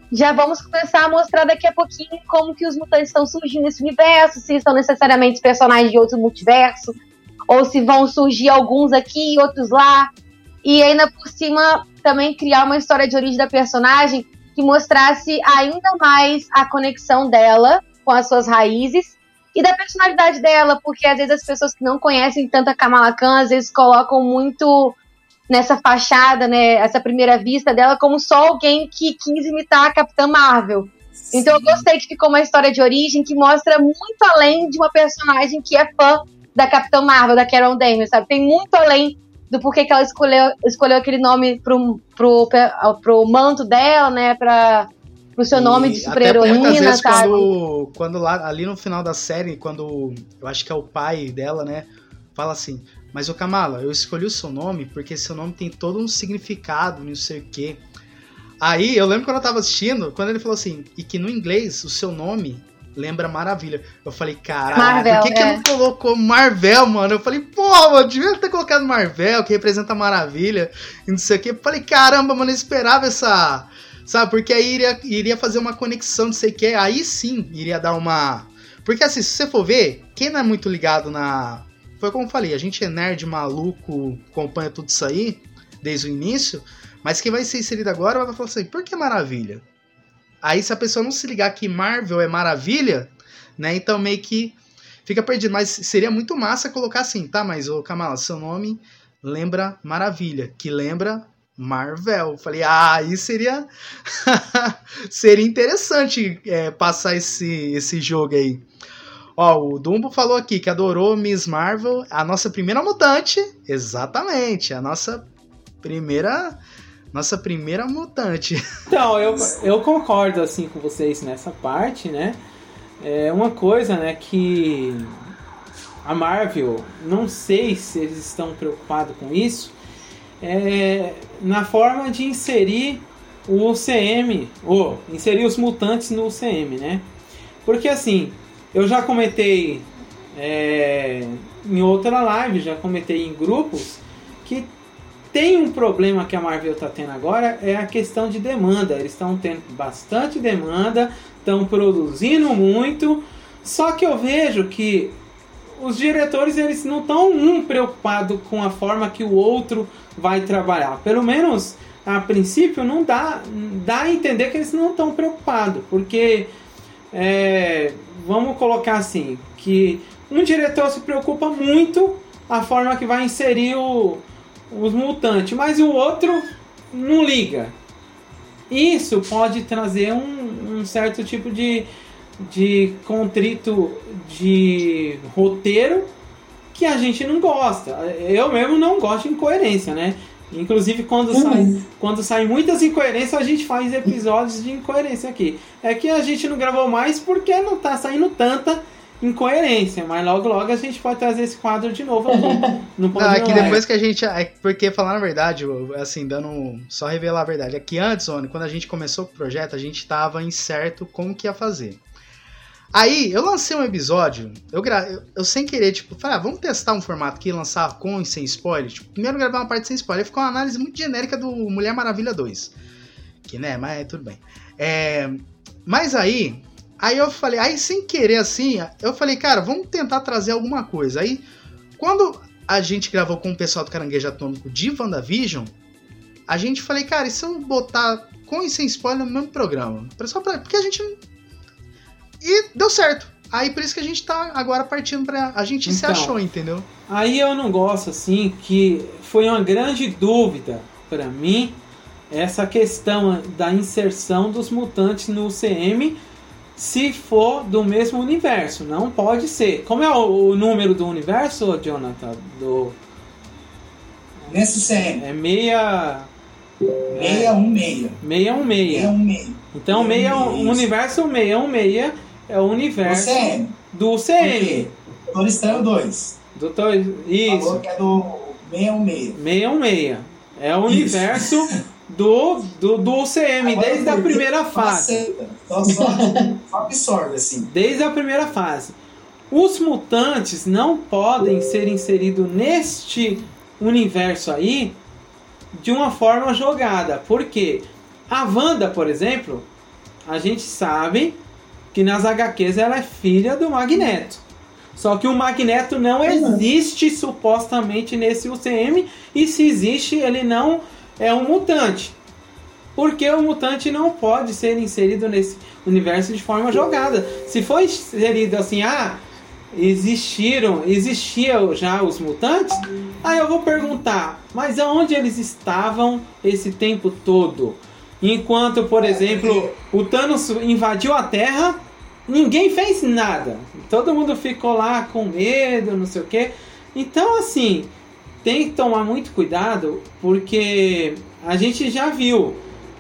já vamos começar a mostrar daqui a pouquinho como que os mutantes estão surgindo nesse universo, se são necessariamente personagens de outro multiverso, ou se vão surgir alguns aqui e outros lá. E ainda por cima, também criar uma história de origem da personagem que mostrasse ainda mais a conexão dela com as suas raízes e da personalidade dela, porque às vezes as pessoas que não conhecem tanto a Kamala Khan, às vezes colocam muito nessa fachada, né, essa primeira vista dela como só alguém que quis imitar a Capitã Marvel. Sim. Então eu gostei que ficou uma história de origem que mostra muito além de uma personagem que é fã da Capitã Marvel, da Carol Danvers, sabe? Tem muito além do porquê que ela escolheu, escolheu aquele nome pro, pro, pro manto dela, né, pra, pro seu nome de super-heroína, sabe? Quando, quando lá, ali no final da série, quando eu acho que é o pai dela, né, fala assim, mas ô Kamala, eu escolhi o seu nome porque seu nome tem todo um significado, não sei o quê. Aí, eu lembro quando eu tava assistindo, quando ele falou assim, e que no inglês o seu nome lembra Maravilha. Eu falei, caralho, por que, que é. não colocou Marvel, mano? Eu falei, porra, mano, devia ter colocado Marvel, que representa Maravilha, e não sei o quê. Eu falei, caramba, mano, eu esperava essa... Sabe, porque aí iria, iria fazer uma conexão, não sei o quê. Aí sim, iria dar uma... Porque assim, se você for ver, quem não é muito ligado na... Foi como eu falei, a gente é nerd maluco, acompanha tudo isso aí, desde o início, mas quem vai ser inserido agora vai falar assim, por que Maravilha? Aí se a pessoa não se ligar que Marvel é Maravilha, né, então meio que fica perdido. Mas seria muito massa colocar assim, tá, mas ô Kamala, seu nome lembra Maravilha, que lembra Marvel. Falei, ah, aí seria seria interessante é, passar esse, esse jogo aí. Ó, o Dumbo falou aqui que adorou Miss Marvel, a nossa primeira mutante. Exatamente, a nossa primeira... Nossa primeira mutante. Então, eu, eu concordo assim com vocês nessa parte, né? É uma coisa, né, que a Marvel, não sei se eles estão preocupados com isso, é na forma de inserir o U C M, ou inserir os mutantes no U C M, né? Porque assim, eu já comentei é, em outra live, já comentei em grupos, que tem um problema que a Marvel está tendo agora, é a questão de demanda. Eles estão tendo bastante demanda, estão produzindo muito, só que eu vejo que os diretores eles não estão um preocupados com a forma que o outro vai trabalhar. Pelo menos, a princípio, não dá, dá a entender que eles não estão preocupados, porque, é, vamos colocar assim, que um diretor se preocupa muito a forma que vai inserir o os mutantes, mas o outro não liga. Isso pode trazer um, um certo tipo de, de contrito de roteiro que a gente não gosta. Eu mesmo não gosto de incoerência, né? Inclusive quando, uhum. sai, quando sai muitas incoerências, a gente faz episódios de incoerência aqui. É que a gente não gravou mais porque não tá saindo tanta incoerência, mas logo logo a gente pode trazer esse quadro de novo aqui. Não, não é que depois que a gente... É porque, falar a verdade, assim, dando... Só revelar a verdade. É que antes, Oni, quando a gente começou o projeto, a gente tava incerto como que ia fazer. Aí, eu lancei um episódio, eu, gra... eu, eu sem querer, tipo, falei, ah, vamos testar um formato aqui, lançar com e sem spoiler. Tipo, primeiro gravar uma parte sem spoiler, ficou uma análise muito genérica do Mulher Maravilha dois. Que, né, mas tudo bem. É... Mas aí... Aí eu falei, aí sem querer assim, eu falei, cara, vamos tentar trazer alguma coisa. Aí, quando a gente gravou com o pessoal do Caranguejo Atômico de WandaVision, a gente falei, cara, e se eu botar com e sem spoiler no mesmo programa? Só pra, porque a gente... E deu certo. Aí por isso que a gente tá agora partindo pra... A gente então, se achou, entendeu? Aí eu não gosto, assim, que foi uma grande dúvida pra mim essa questão da inserção dos mutantes no U C M... Se for do mesmo universo, não pode ser. Como é o, o número do universo, Jonathan? Do... Nesse C M. É meia... Meia, um, meia. Meia, um, meia. Meia, um, meia. Então, meia, meia um, universo meia, um, meia é o universo do C M. Do C M. Doutor Estranho dois. Doutor... Isso. Falou que é do meia, um, meia. Meia, um, meia. É o Isso. universo... Do, do, do U C M, agora, desde a primeira fase. Só, só, só absorve, assim. Desde a primeira fase. Os mutantes não podem ser inseridos neste universo aí de uma forma jogada. Porque a Wanda, por exemplo, a gente sabe que nas agá quês ela é filha do Magneto. Só que o Magneto não existe supostamente nesse U C M, e se existe, ele não é um mutante. Porque o mutante não pode ser inserido nesse universo de forma jogada. Se for inserido assim, ah, existiram, existiam já os mutantes, aí eu vou perguntar, mas aonde eles estavam esse tempo todo? Enquanto, por exemplo, o Thanos invadiu a Terra, ninguém fez nada. Todo mundo ficou lá com medo, não sei o quê. Então, assim, tem que tomar muito cuidado, porque a gente já viu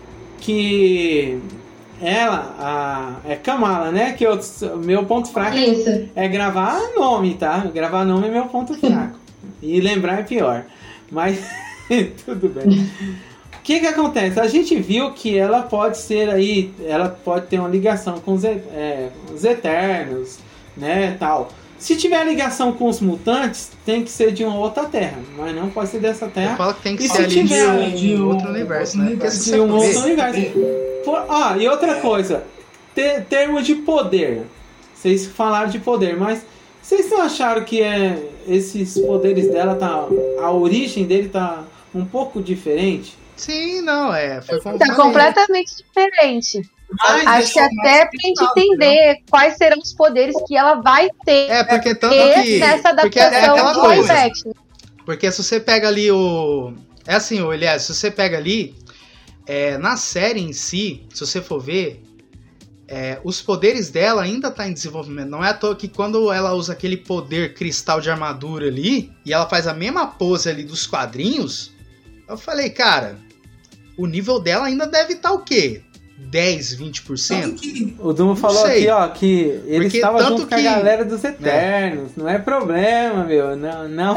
que ela, a, é Kamala, né? Que o meu ponto fraco Isso. é gravar nome, tá? Gravar nome é meu ponto fraco. E lembrar é pior. Mas tudo bem. O que que acontece? A gente viu que ela pode ser aí, ela pode ter uma ligação com os, é, os Eternos, né, tal. Se tiver ligação com os mutantes, tem que ser de uma outra terra, mas não pode ser dessa terra. Eu falo que tem que E ser se ali tiver de, de um outro universo, né? Porque se de você um for outro ver, universo. Por- ah, e outra coisa, te, termo de poder. Vocês falaram de poder, mas vocês não acharam que é, esses poderes dela tá, a origem dele tá um pouco diferente? sim, não, é. Foi como eu Tá falei. completamente diferente. Mas Acho que até pra gente entender quais serão os poderes que ela vai ter É, porque tanto que. nessa Porque é adaptação aquela de live coisa. action. Porque se você pega ali o. É assim, o Elias, se você pega ali. É, na série em si, se você for ver. É, os poderes dela ainda tá em desenvolvimento. Não é à toa que quando ela usa aquele poder cristal de armadura ali. E ela faz a mesma pose ali dos quadrinhos. Eu falei, cara. O nível dela ainda deve estar o quê? dez, vinte por cento? Tanto que O Dumo falou sei. aqui, ó, que ele Porque estava tanto junto com que- a galera dos Eternos. Não é problema, meu. Não, não.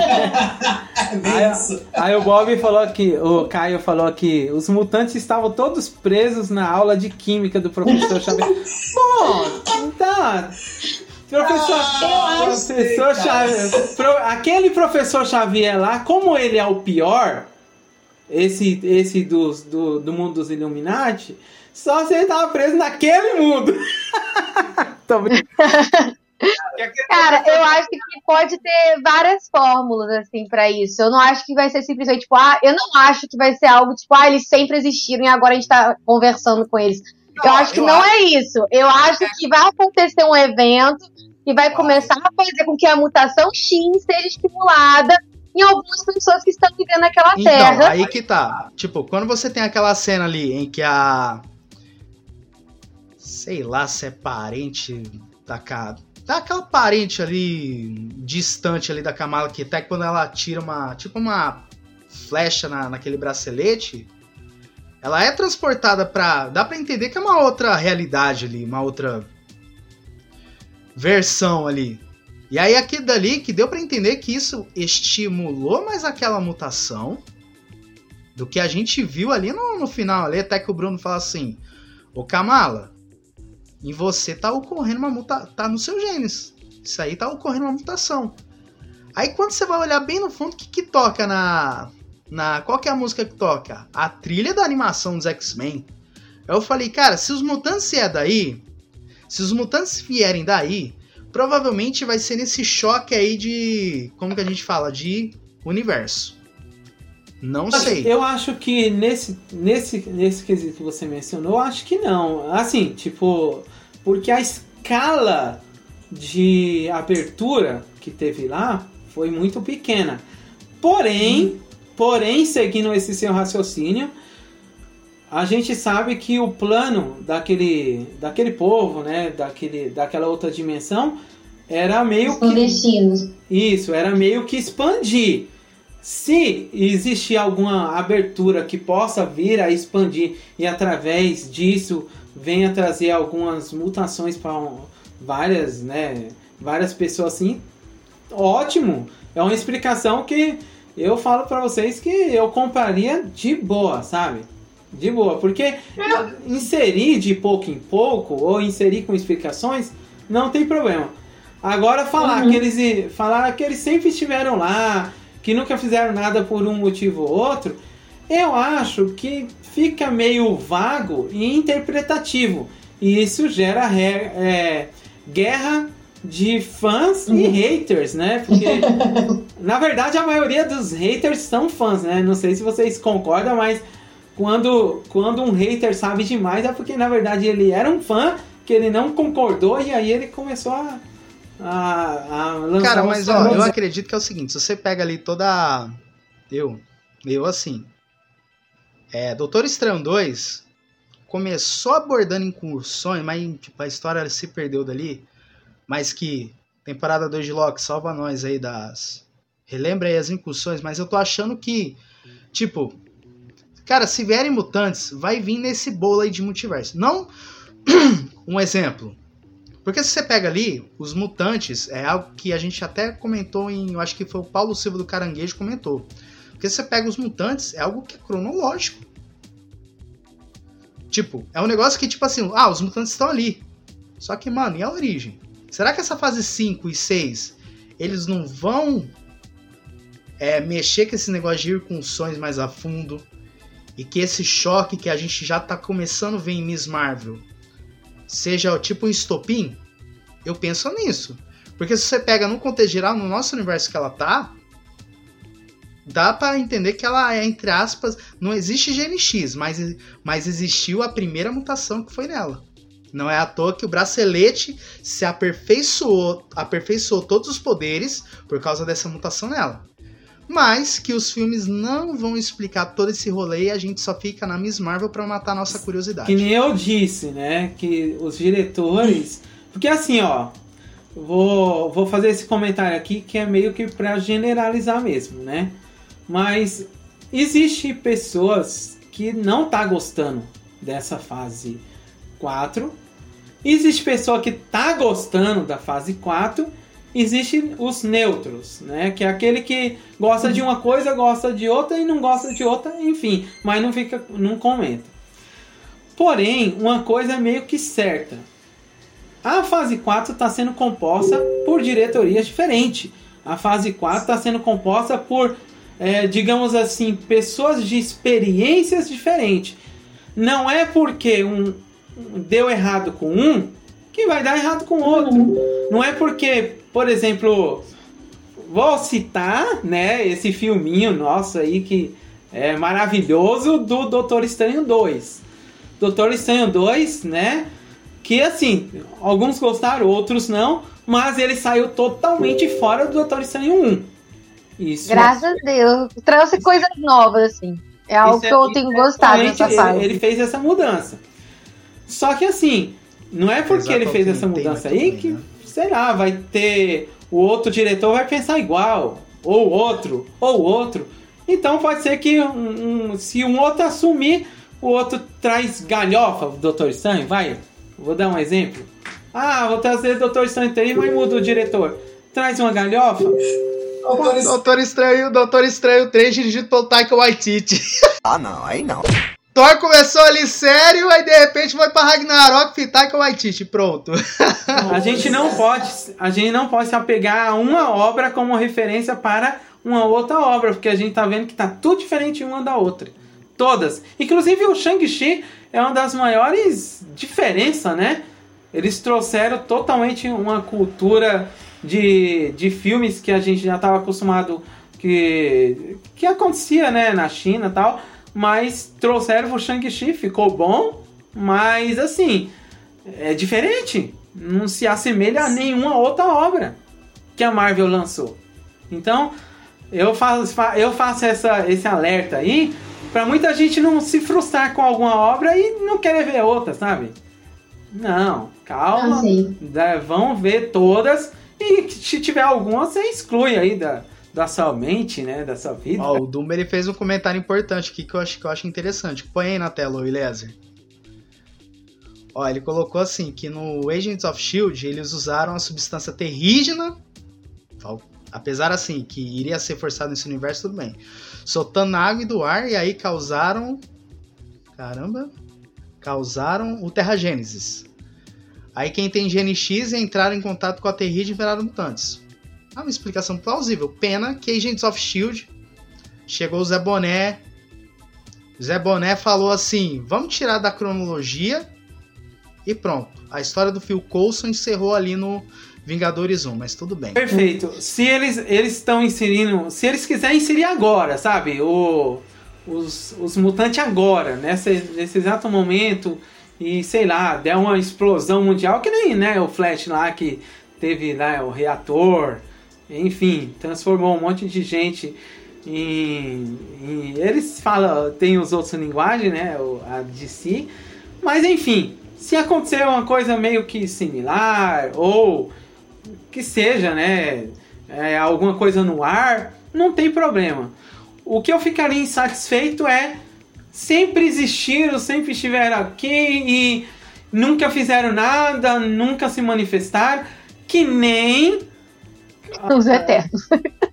Aí, isso. aí o Bob falou que, o Caio falou que os mutantes estavam todos presos na aula de química do professor Xavier. Bom, então, professor, Ah, eu sei, professor cara. Xavier, pro- aquele professor Xavier lá, como ele é o pior, esse, esse dos, do, do mundo dos Illuminati, só se ele tava preso naquele mundo. Tô brincando. Cara, eu acho que pode ter várias fórmulas, assim, pra isso. Eu não acho que vai ser simplesmente, tipo, ah, eu não acho que vai ser algo, tipo, ah, eles sempre existiram e agora a gente tá conversando com eles. Eu Não, acho que eu não acho- é isso. Eu acho que vai acontecer um evento que vai começar a fazer com que a mutação X seja estimulada em algumas pessoas que estão vivendo naquela Então, terra. aí que tá. Tipo, quando você tem aquela cena ali em que a. Sei lá se é parente da Kamala. Tá aquela parente ali distante ali da Kamala, que até quando ela tira uma. Tipo uma flecha na, naquele bracelete. Ela é transportada pra. Dá pra entender que é uma outra realidade ali, uma outra versão ali. E aí aqui dali que deu pra entender que isso estimulou mais aquela mutação do que a gente viu ali no, no final ali, até que o Bruno fala assim: ô Kamala, em você tá ocorrendo uma mutação, tá no seu genes. Isso aí tá ocorrendo uma mutação. Aí quando você vai olhar bem no fundo, o que que toca na... na qual que é a música que toca? A trilha da animação dos X-Men. Eu falei, cara, se os mutantes vier daí, se os mutantes vierem daí, provavelmente vai ser nesse choque aí de, como que a gente fala, de universo. Não sei. Eu acho que nesse, nesse, nesse quesito que você mencionou, eu acho que não. Assim, tipo, porque a escala de abertura que teve lá foi muito pequena. Porém, hum. porém, seguindo esse seu raciocínio, a gente sabe que o plano daquele, daquele povo, né, daquele, daquela outra dimensão, era meio que... destinos. Isso, era meio que expandir. Se existir alguma abertura que possa vir a expandir e através disso venha trazer algumas mutações para um, várias, né, várias pessoas assim, ótimo. É uma explicação que eu falo para vocês que eu compraria de boa, sabe? De boa, porque inserir de pouco em pouco ou inserir com explicações não tem problema. Agora falar uhum. que eles falar que eles sempre estiveram lá, que nunca fizeram nada por um motivo ou outro, eu acho que fica meio vago e interpretativo. E isso gera re, é, guerra de fãs e haters, né? Porque, na verdade, a maioria dos haters são fãs, né? Não sei se vocês concordam, mas quando, quando um hater sabe demais é porque, na verdade, ele era um fã que ele não concordou e aí ele começou a, a, a lançar... Cara, mas ó, eu acredito que é o seguinte, se você pega ali toda... Eu, eu assim... É, Doutor Estranho dois começou abordando incursões, mas tipo, a história se perdeu dali, mas que temporada dois de Loki salva nós aí das... Relembra aí as incursões, mas eu tô achando que, tipo... Cara, se vierem mutantes, vai vir nesse bolo aí de multiverso. Não... Um exemplo. Porque se você pega ali, os mutantes, é algo que a gente até comentou em... Eu acho que foi o Paulo Silva do Caranguejo comentou. Porque se você pega os mutantes, é algo que é cronológico. Tipo, é um negócio que, tipo assim, ah, os mutantes estão ali. Só que, mano, e a origem? Será que essa fase cinco e seis, eles não vão é, mexer com esse negócio de ir com sonhos mais a fundo? E que esse choque que a gente já tá começando a ver em Miss Marvel seja tipo um estopim? Eu penso nisso. Porque se você pega no contexto geral, no nosso universo que ela tá, dá pra entender que ela é, entre aspas, não existe G N X, mas, mas existiu a primeira mutação que foi nela. Não é à toa que o bracelete se aperfeiçoou, aperfeiçoou todos os poderes por causa dessa mutação nela. Mas que os filmes não vão explicar todo esse rolê e a gente só fica na Miss Marvel pra matar a nossa curiosidade. Que nem eu disse, né? Que os diretores... Porque assim, ó... Vou, vou fazer esse comentário aqui que é meio que pra generalizar mesmo, né? Mas existe pessoas que não tá gostando dessa fase quatro. Existe pessoa que tá gostando da fase quatro. Existem os neutros, né? Que é aquele que gosta de uma coisa, gosta de outra e não gosta de outra, enfim. Mas não fica, não comenta. Porém, uma coisa é meio que certa. A fase quatro está sendo composta por diretorias diferentes. A fase quatro está sendo composta por, é, digamos assim, pessoas de experiências diferentes. Não é porque um deu errado com um que vai dar errado com o outro. Não é porque, por exemplo, vou citar, né, esse filminho nosso aí que é maravilhoso do Doutor Estranho dois. Doutor Estranho dois, né, que assim, alguns gostaram, outros não, mas ele saiu totalmente fora do Doutor Estranho um. Isso. Graças a Deus. Trouxe coisas novas, assim. É algo Isso que eu é, tenho gostado dessa fase. Ele, ele fez essa mudança. Só que assim, não é porque ele fez essa mudança aí que, sei lá, vai ter... O outro diretor vai pensar igual. Ou outro, ou outro. Então pode ser que um, um, se um outro assumir, o outro traz galhofa, o Doutor Estranho, vai... Vou dar um exemplo. Ah, vou trazer o Doutor Estranho três, mas muda o diretor. Traz uma galhofa. Doutor, Doutor Estranho, Doutor Estranho três, dirigido pelo Taika Waititi. Ah, não, aí não. Thor começou ali sério, aí de repente vai pra Ragnarok e Taika Waititi, pronto. A gente não pode, a gente não pode se apegar a uma obra como referência para uma outra obra, porque a gente tá vendo que tá tudo diferente uma da outra. Todas. Inclusive o Shang-Chi é uma das maiores diferenças, né? Eles trouxeram totalmente uma cultura de, de filmes que a gente já estava acostumado que, que acontecia, né, na China e tal, mas trouxeram o Shang-Chi, ficou bom, mas assim, é diferente, não se assemelha a nenhuma outra obra que a Marvel lançou. Então, eu faço, eu faço essa, esse alerta aí, pra muita gente não se frustrar com alguma obra e não querer ver outra, sabe? Não, calma. Ah, vão ver todas e se tiver alguma, você exclui aí da, da sua mente, né? Da sua vida. Ó, o Dumba, ele fez um comentário importante aqui que eu acho, que eu acho interessante. Põe aí na tela, o Eliezer. Ó, ele colocou assim, que no Agents of Shield eles usaram a substância terrígena, apesar assim, que iria ser forçado nesse universo, tudo bem, soltando água e do ar, e aí causaram, caramba, causaram o Terragênesis. Aí quem tem G N X entraram em contato com a Terrígena e viraram mutantes. Ah, uma explicação plausível. Pena que Agents of Shield chegou o Zé Boné. Zé Boné falou assim, vamos tirar da cronologia e pronto. A história do Phil Coulson encerrou ali no Vingadores um, mas tudo bem. Perfeito. Se eles eles estão inserindo, se eles quiserem inserir agora, sabe, o, os, os mutantes agora, nessa, nesse exato momento, e sei lá, der uma explosão mundial, que nem, né, o Flash lá que teve lá o reator, enfim, transformou um monte de gente em, em eles falam, tem os outros linguagens, né, a D C, mas enfim, se acontecer uma coisa meio que similar, ou que seja, né, é, alguma coisa no ar, não tem problema. O que eu ficaria insatisfeito é sempre existiram, sempre estiveram aqui e nunca fizeram nada, nunca se manifestaram, que nem os Eternos.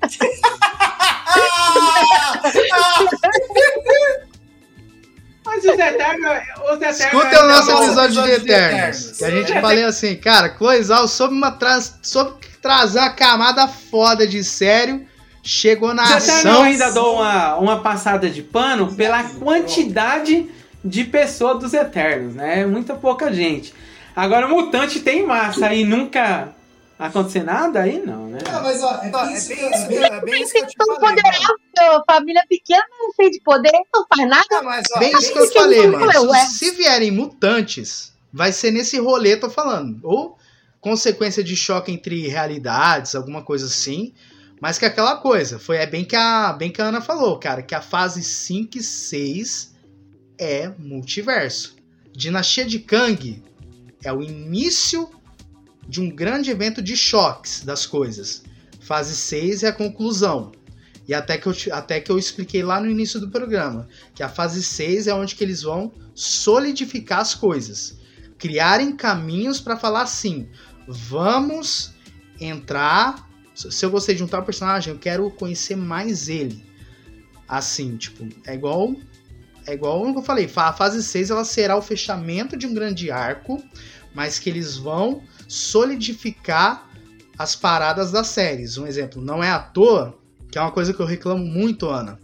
Mas os Eternos... Os Eternos Escuta o nosso episódio de Eternos. Que a gente falei assim, cara, Cloizal soube, uma tra... soube trazer uma camada foda de sério. Chegou na ação. Eu ainda dou uma, uma passada de pano pela quantidade de pessoas dos Eternos, né? Muita pouca gente. Agora, o Mutante tem massa e nunca acontecer nada, aí não, né? Ah, mas ó, é bem isso, é bem, é bem isso que eu te Tão falei, mano. poderoso, família pequena, cheia de poder, não faz nada. Ah, mas, ó, Bem isso que eu Isso que falei, eu mano. falei, ué. Se, se vierem mutantes, vai ser nesse rolê, tô falando. Ou consequência de choque entre realidades, alguma coisa assim. Mas que aquela coisa, foi é bem que, a, bem que a Ana falou, cara, que a fase cinco e seis é multiverso. Dinastia de Kang é o início de um grande evento de choques das coisas. Fase seis é a conclusão. E até que, eu, até que eu expliquei lá no início do programa, que a fase seis é onde que eles vão solidificar as coisas. Criarem caminhos para falar assim, vamos entrar... Se eu gostei de um tal personagem, eu quero conhecer mais ele. Assim, tipo, é igual... É igual o que eu falei, a fase seis ela será o fechamento de um grande arco, mas que eles vão solidificar as paradas das séries. Um exemplo, não é à toa, que é uma coisa que eu reclamo muito, Ana.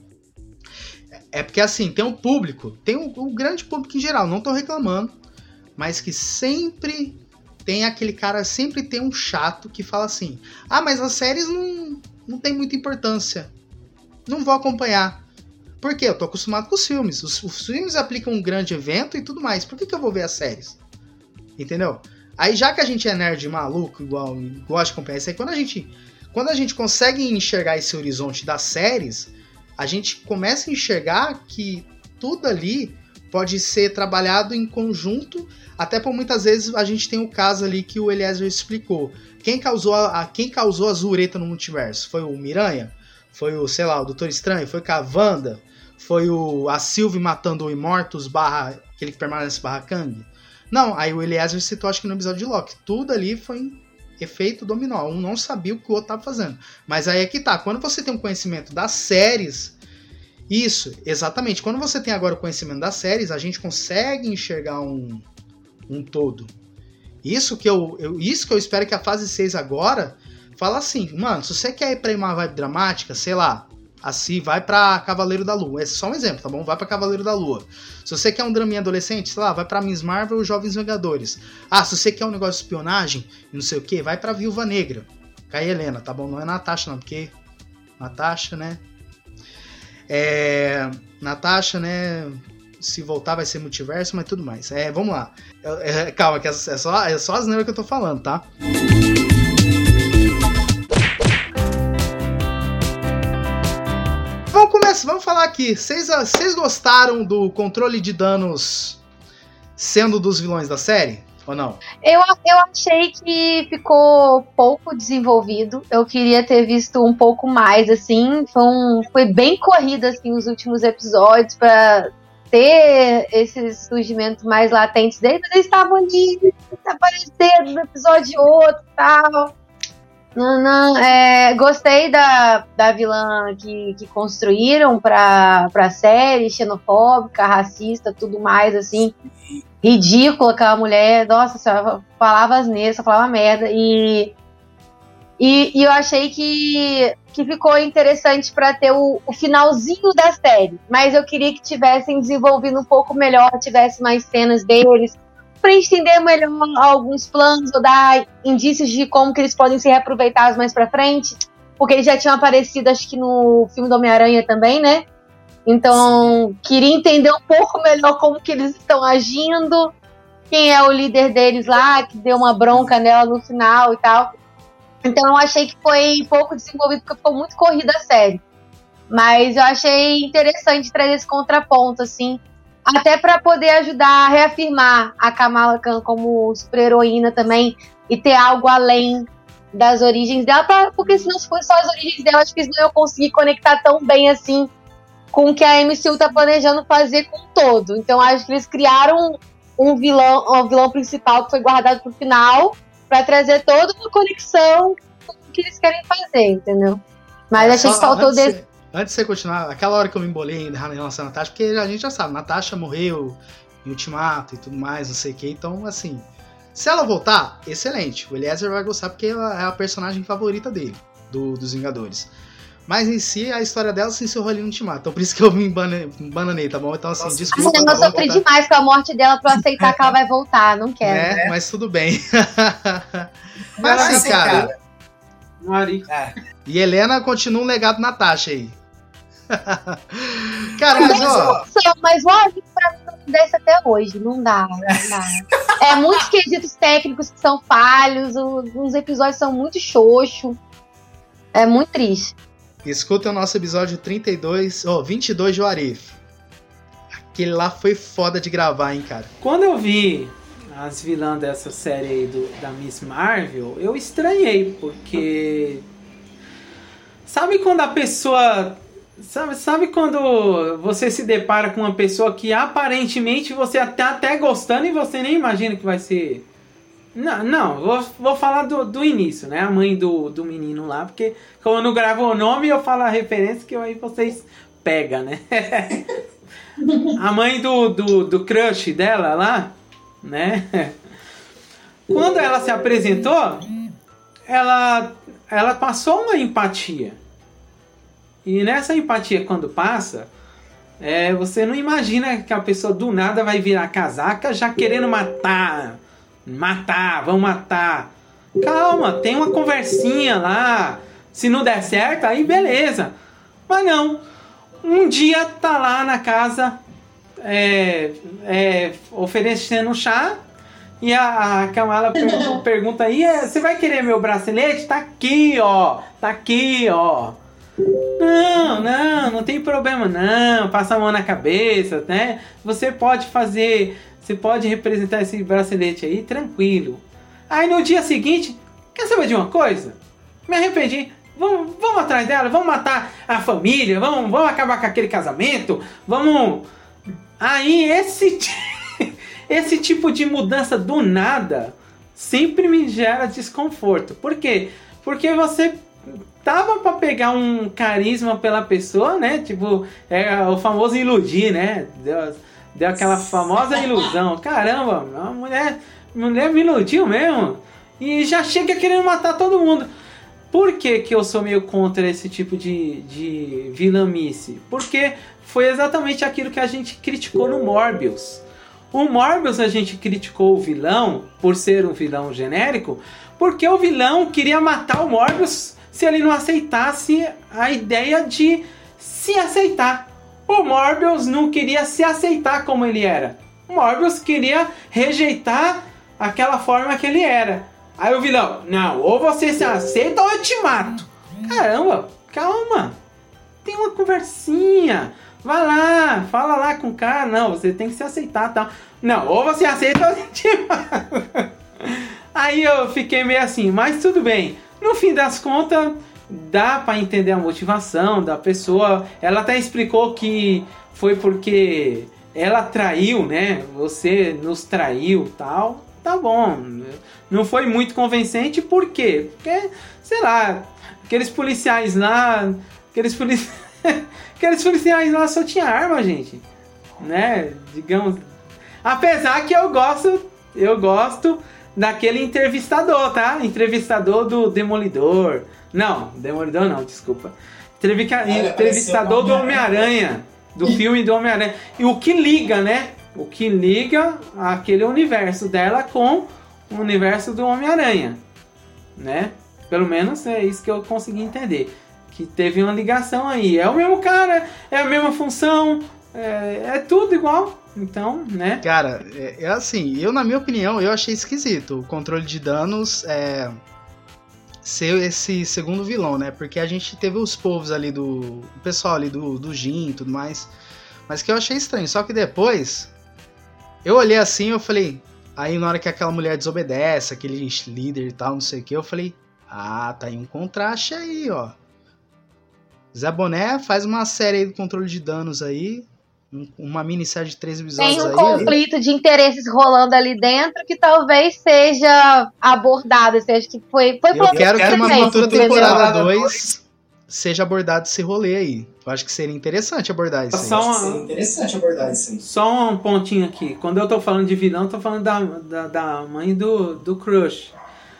É porque assim, tem um público, tem um, um grande público em geral, não tô reclamando, mas que sempre tem aquele cara, sempre tem um chato que fala assim, ah, mas as séries não, não tem muita importância, não vou acompanhar. Por quê? Eu tô acostumado com os filmes. Os, os filmes aplicam um grande evento e tudo mais. Por que, que eu vou ver as séries? Entendeu? Aí, já que a gente é nerd maluco, igual, gosta de acompanhar isso aí, quando a gente, quando a gente consegue enxergar esse horizonte das séries, a gente começa a enxergar que tudo ali pode ser trabalhado em conjunto, até por muitas vezes a gente tem o caso ali que o Eliezer explicou. Quem causou a, a, quem causou a zureta no multiverso? Foi o Miranha? Foi o, sei lá, o Doutor Estranho? Foi com a Wanda? Foi o, a Sylvie matando o Immortus barra, aquele que permanece barra Kang? Não, aí o Eliezer citou, acho que no episódio de Loki. Tudo ali foi efeito dominó. Um não sabia o que o outro estava fazendo. Mas aí é que tá. Quando você tem um conhecimento das séries... Isso, exatamente. Quando você tem agora o conhecimento das séries, a gente consegue enxergar um, um todo. Isso que eu, eu, isso que eu espero que a fase seis agora... Fala assim, mano, se você quer ir pra uma vibe dramática, sei lá... Assim, vai pra Cavaleiro da Lua. Esse é só um exemplo, tá bom? Vai pra Cavaleiro da Lua. Se você quer um draminha adolescente, sei lá, vai pra Miss Marvel ou Jovens Vingadores. Ah, se você quer um negócio de espionagem e não sei o que, vai pra Viúva Negra. Com a Helena, tá bom? Não é Natasha não, porque... Natasha, né? É... Natasha, né? Se voltar vai ser multiverso, mas tudo mais. É, vamos lá. É, é, calma, que é só, é só as negras que eu tô falando, tá? Vamos começar, vamos falar aqui. Vocês, vocês gostaram do controle de danos sendo dos vilões da série? Ou não? Eu, eu achei que ficou pouco desenvolvido. Eu queria ter visto um pouco mais, assim. Foi, um, foi bem corrido, assim, os últimos episódios pra ter esses surgimentos mais latentes deles. Mas eles estavam ali, aparecendo de um episódio outro e tal. Não, não, é, gostei da, da vilã que, que construíram pra, pra série, xenofóbica, racista, tudo mais, assim, ridícula aquela mulher, nossa senhora, falava asneira, só falava merda, e, e, e eu achei que, que ficou interessante pra ter o, o finalzinho da série, mas eu queria que tivessem desenvolvido um pouco melhor, tivesse mais cenas deles, pra entender melhor alguns planos ou dar indícios de como que eles podem ser reaproveitados mais pra frente, porque eles já tinham aparecido, acho que no filme do Homem-Aranha também, né? Então, sim, queria entender um pouco melhor como que eles estão agindo, quem é o líder deles lá, que deu uma bronca nela no final e tal. Então eu achei que foi pouco desenvolvido, porque ficou muito corrida a série. Mas eu achei interessante trazer esse contraponto, assim, até para poder ajudar a reafirmar a Kamala Khan como super-heroína também, e ter algo além das origens dela, pra, porque se não fosse só as origens dela, acho que eles não iam conseguir conectar tão bem assim com o que a M C U tá planejando fazer com o todo. Então acho que eles criaram um vilão, um vilão principal que foi guardado pro final, para trazer toda uma conexão com o que eles querem fazer, entendeu? Mas achei que faltou antes desse... De, antes de você continuar, aquela hora que eu me embolei em relação a Natasha, porque a gente já sabe, Natasha morreu em Ultimato e tudo mais, não sei o que, então assim, se ela voltar, excelente, o Eliezer vai gostar porque ela é a personagem favorita dele, do, dos Vingadores. Mas em si, a história dela se encerrou ali no Ultimato. Então por isso que eu me bananei, tá bom? Então assim, Nossa, desculpa. Eu não tá sofri demais com a morte dela pra eu aceitar que ela vai voltar. Não quero. É, né? Mas tudo bem. Mas assim, cara... Mari. É. E Helena continua um legado Natasha aí. Cara, mas ó... Mas o Arif pra mim não desce até hoje. Não dá, não dá. É muitos quesitos técnicos que são falhos. Os episódios são muito xoxos. É muito triste. Escuta o nosso episódio trinta e dois, oh, vinte e dois de Arif. Aquele lá foi foda de gravar, hein, cara. Quando eu vi as vilãs dessa série aí do, da Miss Marvel, eu estranhei, porque... Sabe quando a pessoa... Sabe, sabe quando você se depara com uma pessoa que aparentemente você tá até gostando e você nem imagina que vai ser... Não, não vou, vou falar do, do início, né? A mãe do, do menino lá, porque como eu não gravo o nome, eu falo a referência que aí vocês pegam, né? A mãe do, do, do crush dela lá, né? Quando ela se apresentou, ela, ela passou uma empatia. E nessa empatia, quando passa, é, você não imagina que a pessoa do nada vai virar casaca já querendo matar... Matar, vão matar. Calma, tem uma conversinha lá. Se não der certo, aí beleza. Mas não. Um dia tá lá na casa é, é, oferecendo chá. E a, a Kamala per- pergunta aí: você vai querer meu bracelete? Tá aqui, ó. Tá aqui, ó. Não, não, não tem problema não. Passa a mão na cabeça, né? Você pode fazer... Você pode representar esse bracelete aí, tranquilo. Aí no dia seguinte, quer saber de uma coisa? Me arrependi. Vamos, vamos atrás dela, vamos matar a família, vamos, vamos acabar com aquele casamento, vamos... Aí esse, esse tipo de mudança do nada sempre me gera desconforto. Por quê? Porque você tava pra pegar um carisma pela pessoa, né? Tipo, é o famoso iludir, né? Deus... Deu aquela famosa ilusão. Caramba, a mulher, a mulher me iludiu mesmo. E já chega querendo matar todo mundo. Por que que eu sou meio contra esse tipo de, de vilamice? Porque foi exatamente aquilo que a gente criticou no Morbius. O Morbius a gente criticou o vilão por ser um vilão genérico, porque o vilão queria matar o Morbius se ele não aceitasse a ideia de se aceitar. O Morbius não queria se aceitar como ele era. O Morbius queria rejeitar aquela forma que ele era. Aí o vilão, não, ou você se aceita ou eu te mato. Caramba, calma. Tem uma conversinha. Vai lá, fala lá com o cara. Não, você tem que se aceitar, tal. Não, ou você aceita ou eu te mato. Aí eu fiquei meio assim, mas tudo bem. No fim das contas... Dá pra entender a motivação da pessoa. Ela até explicou que foi porque ela traiu, né? Você nos traiu, tal. Tá bom. Não foi muito convincente, por quê? Porque, sei lá, aqueles policiais lá... Aqueles, polici... aqueles policiais lá só tinham arma, gente. Né? Digamos... Apesar que eu gosto... Eu gosto daquele entrevistador, tá? Entrevistador do Demolidor... Não, Demolidor não, desculpa. Entrevica... Entrevistador do Homem-Aranha. Do filme do Homem-Aranha. E o que liga, né? o que liga aquele universo dela com o universo do Homem-Aranha, né? Pelo menos é isso que eu consegui entender. Que teve uma ligação aí. É o mesmo cara, é a mesma função, é, é tudo igual. Então, né? Cara, é, é assim, eu na minha opinião, eu achei esquisito o controle de danos é, ser esse segundo vilão, né? Porque a gente teve os povos ali do... o pessoal ali do, do Jin e tudo mais. Mas que eu achei estranho. Só que depois, eu olhei assim e eu falei... Aí na hora que aquela mulher desobedece, aquele líder e tal, não sei o que, eu falei... Ah, tá aí um contraste aí, ó. Zé Boné faz uma série aí do controle de danos aí... Uma minissérie de três episódios. Tem um aí, conflito aí. de interesses rolando ali dentro que talvez seja abordado. Seja que foi, foi Eu quero que uma futura temporada dois dois seja abordado esse rolê aí. Eu acho que seria interessante abordar isso aí. Só uma, seria interessante abordar isso aí. Só um pontinho aqui. Quando eu tô falando de vilão, eu tô falando da, da, da mãe do, do Crush.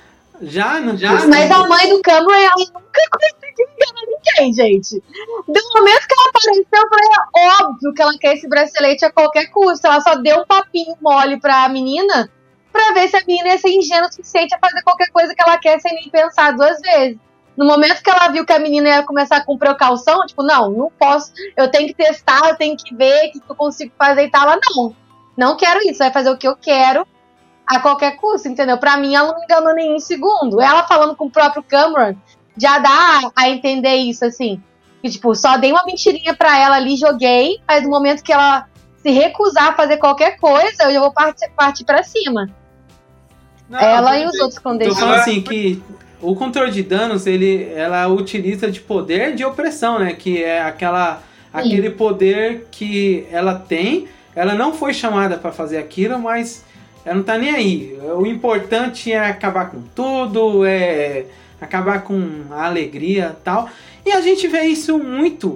Já não já, Mas a mãe do Cameron, ela nunca conseguiu enganar ninguém, gente. Do momento que ela apareceu, eu falei, é óbvio que ela quer esse bracelete a qualquer custo. Ela só deu um papinho mole pra menina pra ver se a menina ia ser ingênua o suficiente a fazer qualquer coisa que ela quer sem nem pensar duas vezes. No momento que ela viu que a menina ia começar com precaução, tipo, não, não posso, eu tenho que testar, eu tenho que ver o que eu consigo fazer e tal. Ela, não, não quero isso, vai fazer o que eu quero a qualquer custo, entendeu? Pra mim, ela não me enganou nem um segundo. Ela falando com o próprio Cameron já dá a entender isso, assim. Que, tipo, só dei uma mentirinha pra ela ali, joguei, mas no momento que ela se recusar a fazer qualquer coisa, eu já vou partir, partir pra cima. Não, ela e os outros clandestinos. Tô falando assim, que o controle de danos, ele, ela utiliza de poder de opressão, né? Que é aquela, aquele poder que ela tem. Ela não foi chamada pra fazer aquilo, mas... ela não tá nem aí. O importante é acabar com tudo, é acabar com a alegria e tal. E a gente vê isso muito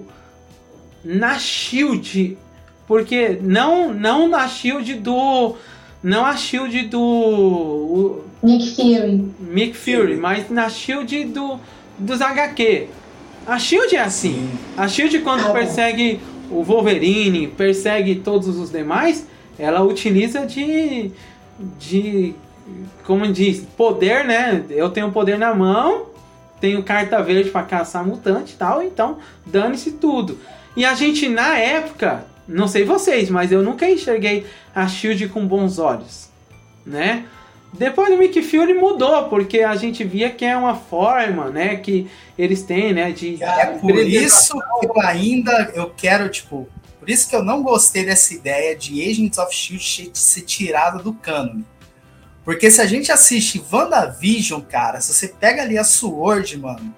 na Shield. Porque não, não na Shield do... Não a Shield do... O, Nick Fury. Nick Fury, mas na Shield do, dos agá quê. A Shield é assim. A Shield, quando persegue o Wolverine, persegue todos os demais, ela utiliza de... de, como diz, poder, né? Eu tenho poder na mão, tenho carta verde pra caçar mutante e tal, então dane-se tudo. E a gente, na época, não sei vocês, mas eu nunca enxerguei a Shield com bons olhos, né? Depois do Nick Fury mudou, porque a gente via que é uma forma, né, que eles têm, né, de... É por isso que eu ainda, eu quero, tipo... Por isso que eu não gostei dessa ideia de Agents of Shield ser tirada do cânone. Porque se a gente assiste WandaVision, cara, se você pega ali a Sword, mano,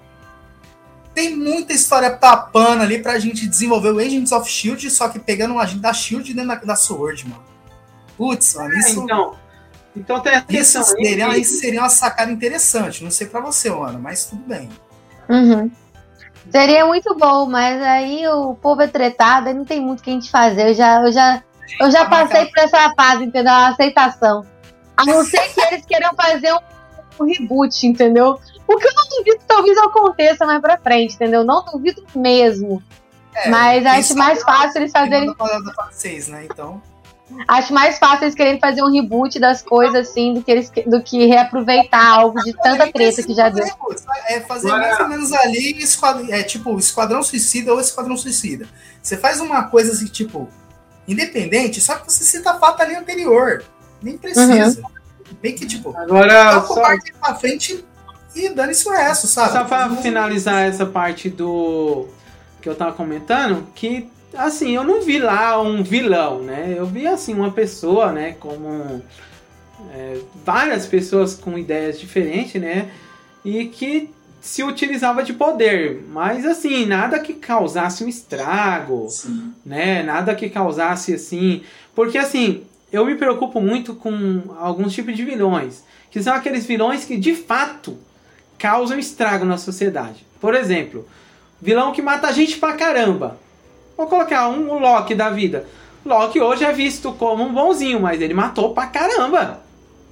tem muita história papana ali pra gente desenvolver o Agents of Shield, só que pegando um agente da Shield dentro da, da Sword, mano. Putz, mano, isso... Então, então tem isso, seria, isso seria uma sacada interessante. Não sei pra você, mano, mas tudo bem. Uhum. Seria muito bom, mas aí o povo é tretado, aí não tem muito o que a gente fazer. Eu já, eu já, eu já passei por essa fase, entendeu? A aceitação. A não ser que eles queiram fazer um, um reboot, entendeu? O que eu não duvido que talvez aconteça mais pra frente, entendeu? Não duvido mesmo. É, mas acho mais fácil eles fazerem... seis, né? Então... Acho mais fácil eles quererem fazer um reboot das coisas, assim, do que, eles, do que reaproveitar algo de tanta treta que já deu. É fazer mais ou menos ali, é tipo Esquadrão Suicida ou Esquadrão Suicida. Você faz uma coisa assim, tipo, independente, só que você cita a fato ali anterior. Nem precisa. Uhum. Bem que, tipo, agora só parte pra frente e dane-se o resto, sabe? Só pra finalizar essa parte do que eu tava comentando, que assim, eu não vi lá um vilão, né? Eu vi, assim, uma pessoa, né? Como é, várias pessoas com ideias diferentes, né? E que se utilizava de poder. Mas, assim, nada que causasse um estrago, sim, né? Nada que causasse, assim... Porque, assim, eu me preocupo muito com alguns tipos de vilões. Que são aqueles vilões que, de fato, causam estrago na sociedade. Por exemplo, vilão que mata gente pra caramba. Vou colocar um, um Loki da vida. Loki hoje é visto como um bonzinho, mas ele matou pra caramba.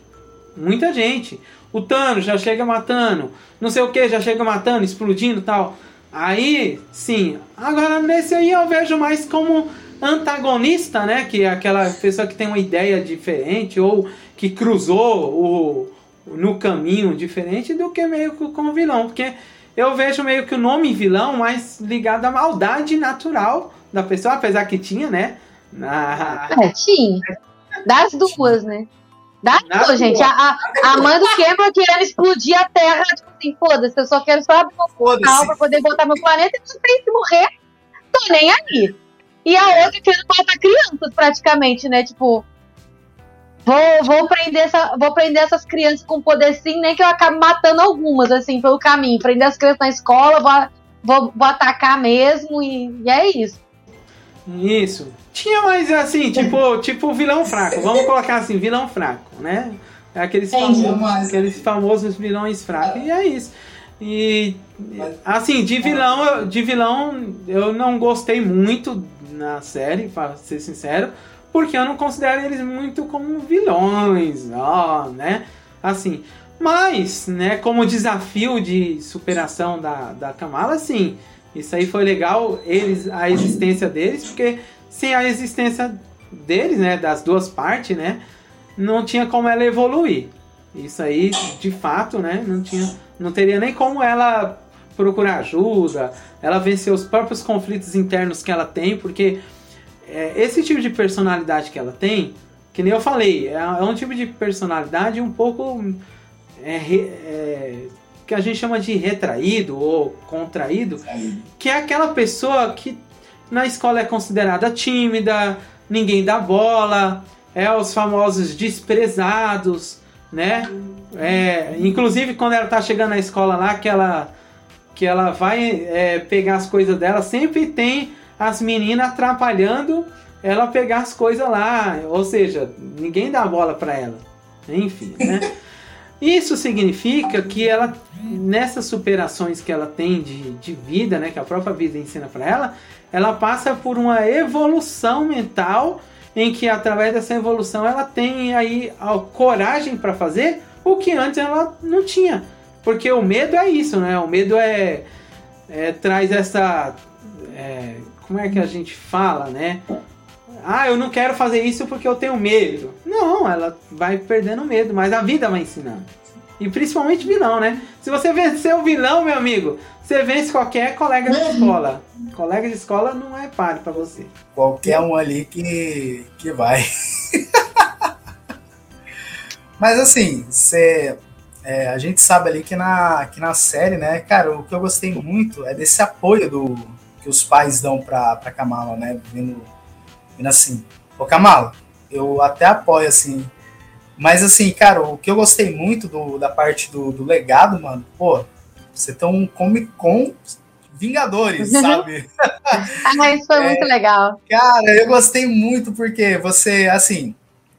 Muita gente. O Thanos já chega matando. Não sei o que, já chega matando, explodindo e tal. Aí, sim. Agora, nesse aí eu vejo mais como antagonista, né? Que é aquela pessoa que tem uma ideia diferente ou que cruzou o, no caminho diferente do que meio que como vilão. Porque eu vejo meio que o nome vilão mais ligado à maldade natural da pessoa, apesar que tinha, né? Na... É, tinha. Das duas, né? Das Das duas, gente. A, a, a mãe do Cameron querendo explodir a Terra, tipo assim, foda-se, eu só quero só abrir um portal pra poder botar meu planeta e se tem que morrer, tô nem aí. E a outra querendo matar crianças, praticamente, né? Tipo, vou, vou, prender essa, vou prender essas crianças com poder sim, nem que eu acabe matando algumas, assim, pelo caminho. Prender as crianças na escola, vou, vou, vou atacar mesmo e, e é isso. Isso. Tinha mais assim, tipo, tipo vilão fraco. Vamos colocar assim, vilão fraco, né? Aqueles, famosos, aqueles famosos vilões fracos. E é isso. E assim, de vilão, de vilão eu não gostei muito na série, para ser sincero, porque eu não considero eles muito como vilões, ó, né? Assim, mas, né, como desafio de superação da, da Kamala, sim. Isso aí foi legal, eles, a existência deles, porque sem a existência deles, né, das duas partes, né, não tinha como ela evoluir. Isso aí, de fato, né, não tinha, não teria nem como ela procurar ajuda, ela vencer os próprios conflitos internos que ela tem, porque é, esse tipo de personalidade que ela tem, que nem eu falei, é, é um tipo de personalidade um pouco é, é, que a gente chama de retraído ou contraído, que é aquela pessoa que na escola é considerada tímida, ninguém dá bola, é os famosos desprezados, né? É, inclusive quando ela tá chegando na escola lá, que ela, que ela vai é, pegar as coisas dela, sempre tem as meninas atrapalhando ela pegar as coisas lá, ou seja, ninguém dá bola para ela, enfim, né? Isso significa que ela, nessas superações que ela tem de, de vida, né, que a própria vida ensina para ela, ela passa por uma evolução mental em que, através dessa evolução, ela tem aí a coragem para fazer o que antes ela não tinha. Porque o medo é isso, né? O medo é, é traz essa... É, como é que a gente fala, né? Ah, eu não quero fazer isso porque eu tenho medo. Não, ela vai perdendo medo, mas a vida vai ensinando. E principalmente vilão, né? Se você vencer o vilão, meu amigo, você vence qualquer colega de escola. Colega de escola não é páreo pra você. Qualquer um ali que, que vai. Mas assim, você, é, a gente sabe ali que na, que na série, né, cara, o que eu gostei muito é desse apoio do, que os pais dão pra, pra Kamala, né? Vindo, vindo assim, ô Kamala, eu até apoio, assim. Mas assim, cara, o que eu gostei muito do, da parte do, do legado, mano, pô, você tá um Comic Con Vingadores, sabe? Ah, isso foi é, muito legal. Cara, eu gostei muito porque você, assim,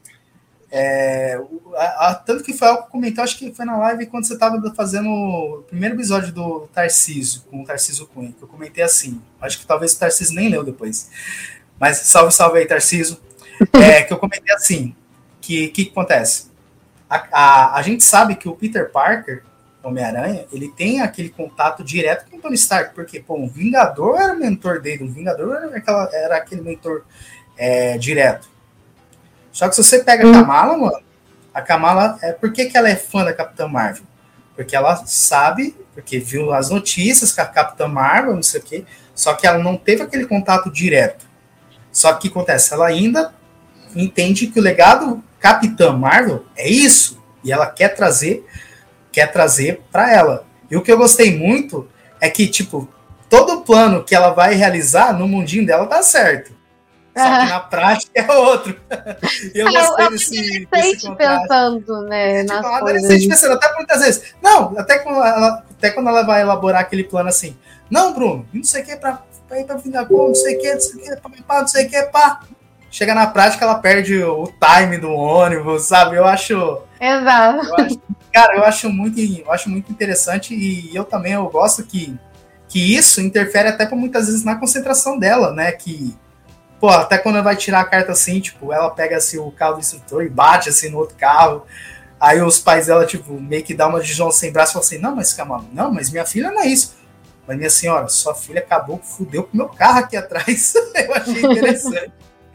é, a, a, tanto que foi algo que eu comentei, acho que foi na live quando você tava fazendo o primeiro episódio do Tarcísio, com o Tarcísio Cunha, que eu comentei assim, acho que talvez o Tarcísio nem leu depois, mas salve, salve aí, Tarcísio, é, que eu comentei assim, que o que, que acontece? A, a, a gente sabe que o Peter Parker, Homem-Aranha, ele tem aquele contato direto com o Tony Stark, porque, pô, um Vingador era o mentor dele, um Vingador era, aquela, era aquele mentor é, direto. Só que se você pega a Kamala, mano, a Kamala, é, por que, que ela é fã da Capitã Marvel? Porque ela sabe, porque viu as notícias com a Capitã Marvel, não sei o quê, só que ela não teve aquele contato direto. Só que o que acontece? Ela ainda entende que o legado Capitã Marvel é isso, e ela quer trazer quer trazer para ela. E o que eu gostei muito é que, tipo, todo o plano que ela vai realizar no mundinho dela dá certo. Só que na prática é outro. Eu gostei é, desse, desse pensando, né, tipo, nas uma coisas. adolescente pensando, até muitas vezes. Não, até quando, ela, até quando ela vai elaborar aquele plano assim. Não, Bruno, não sei o que pra, pra ir pra Vingador, não sei o que, não sei o que, pá, não sei o que, pá. Chega na prática, ela perde o time do ônibus, sabe? Eu acho... Exato. Eu acho, cara, eu acho, muito, eu acho muito interessante e eu também eu gosto que, que isso interfere até por muitas vezes na concentração dela, né? Que, pô, até quando ela vai tirar a carta assim, tipo, ela pega assim o carro do instrutor e bate assim no outro carro. Aí os pais dela, tipo, meio que dá uma de João sem braço e falam assim, não, mas calma, não, mas minha filha não é isso. Mas minha senhora, sua filha acabou, fudeu com o meu carro aqui atrás. Eu achei interessante.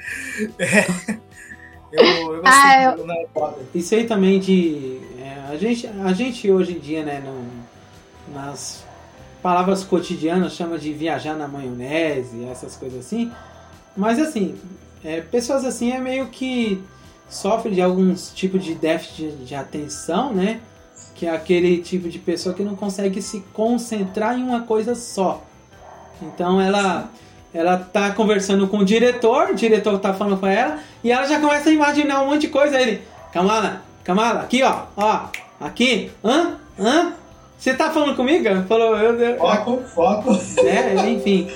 É, eu, eu gostei Ah, eu- do- na- Isso aí também de... é, a, gente, a gente hoje em dia, né, no, nas palavras cotidianas, chama de viajar na maionese, essas coisas assim. Mas assim, é, pessoas assim é meio que sofrem de alguns tipos de déficit de, de atenção, né? Que é aquele tipo de pessoa que não consegue se concentrar em uma coisa só. Então ela, ela tá conversando com o diretor, o diretor tá falando com ela, e ela já começa a imaginar um monte de coisa. Ele, Kamala, Kamala, aqui ó, ó, aqui, hã, hã? Você tá falando comigo? Falou, eu, eu, Foco, foco. né? Enfim.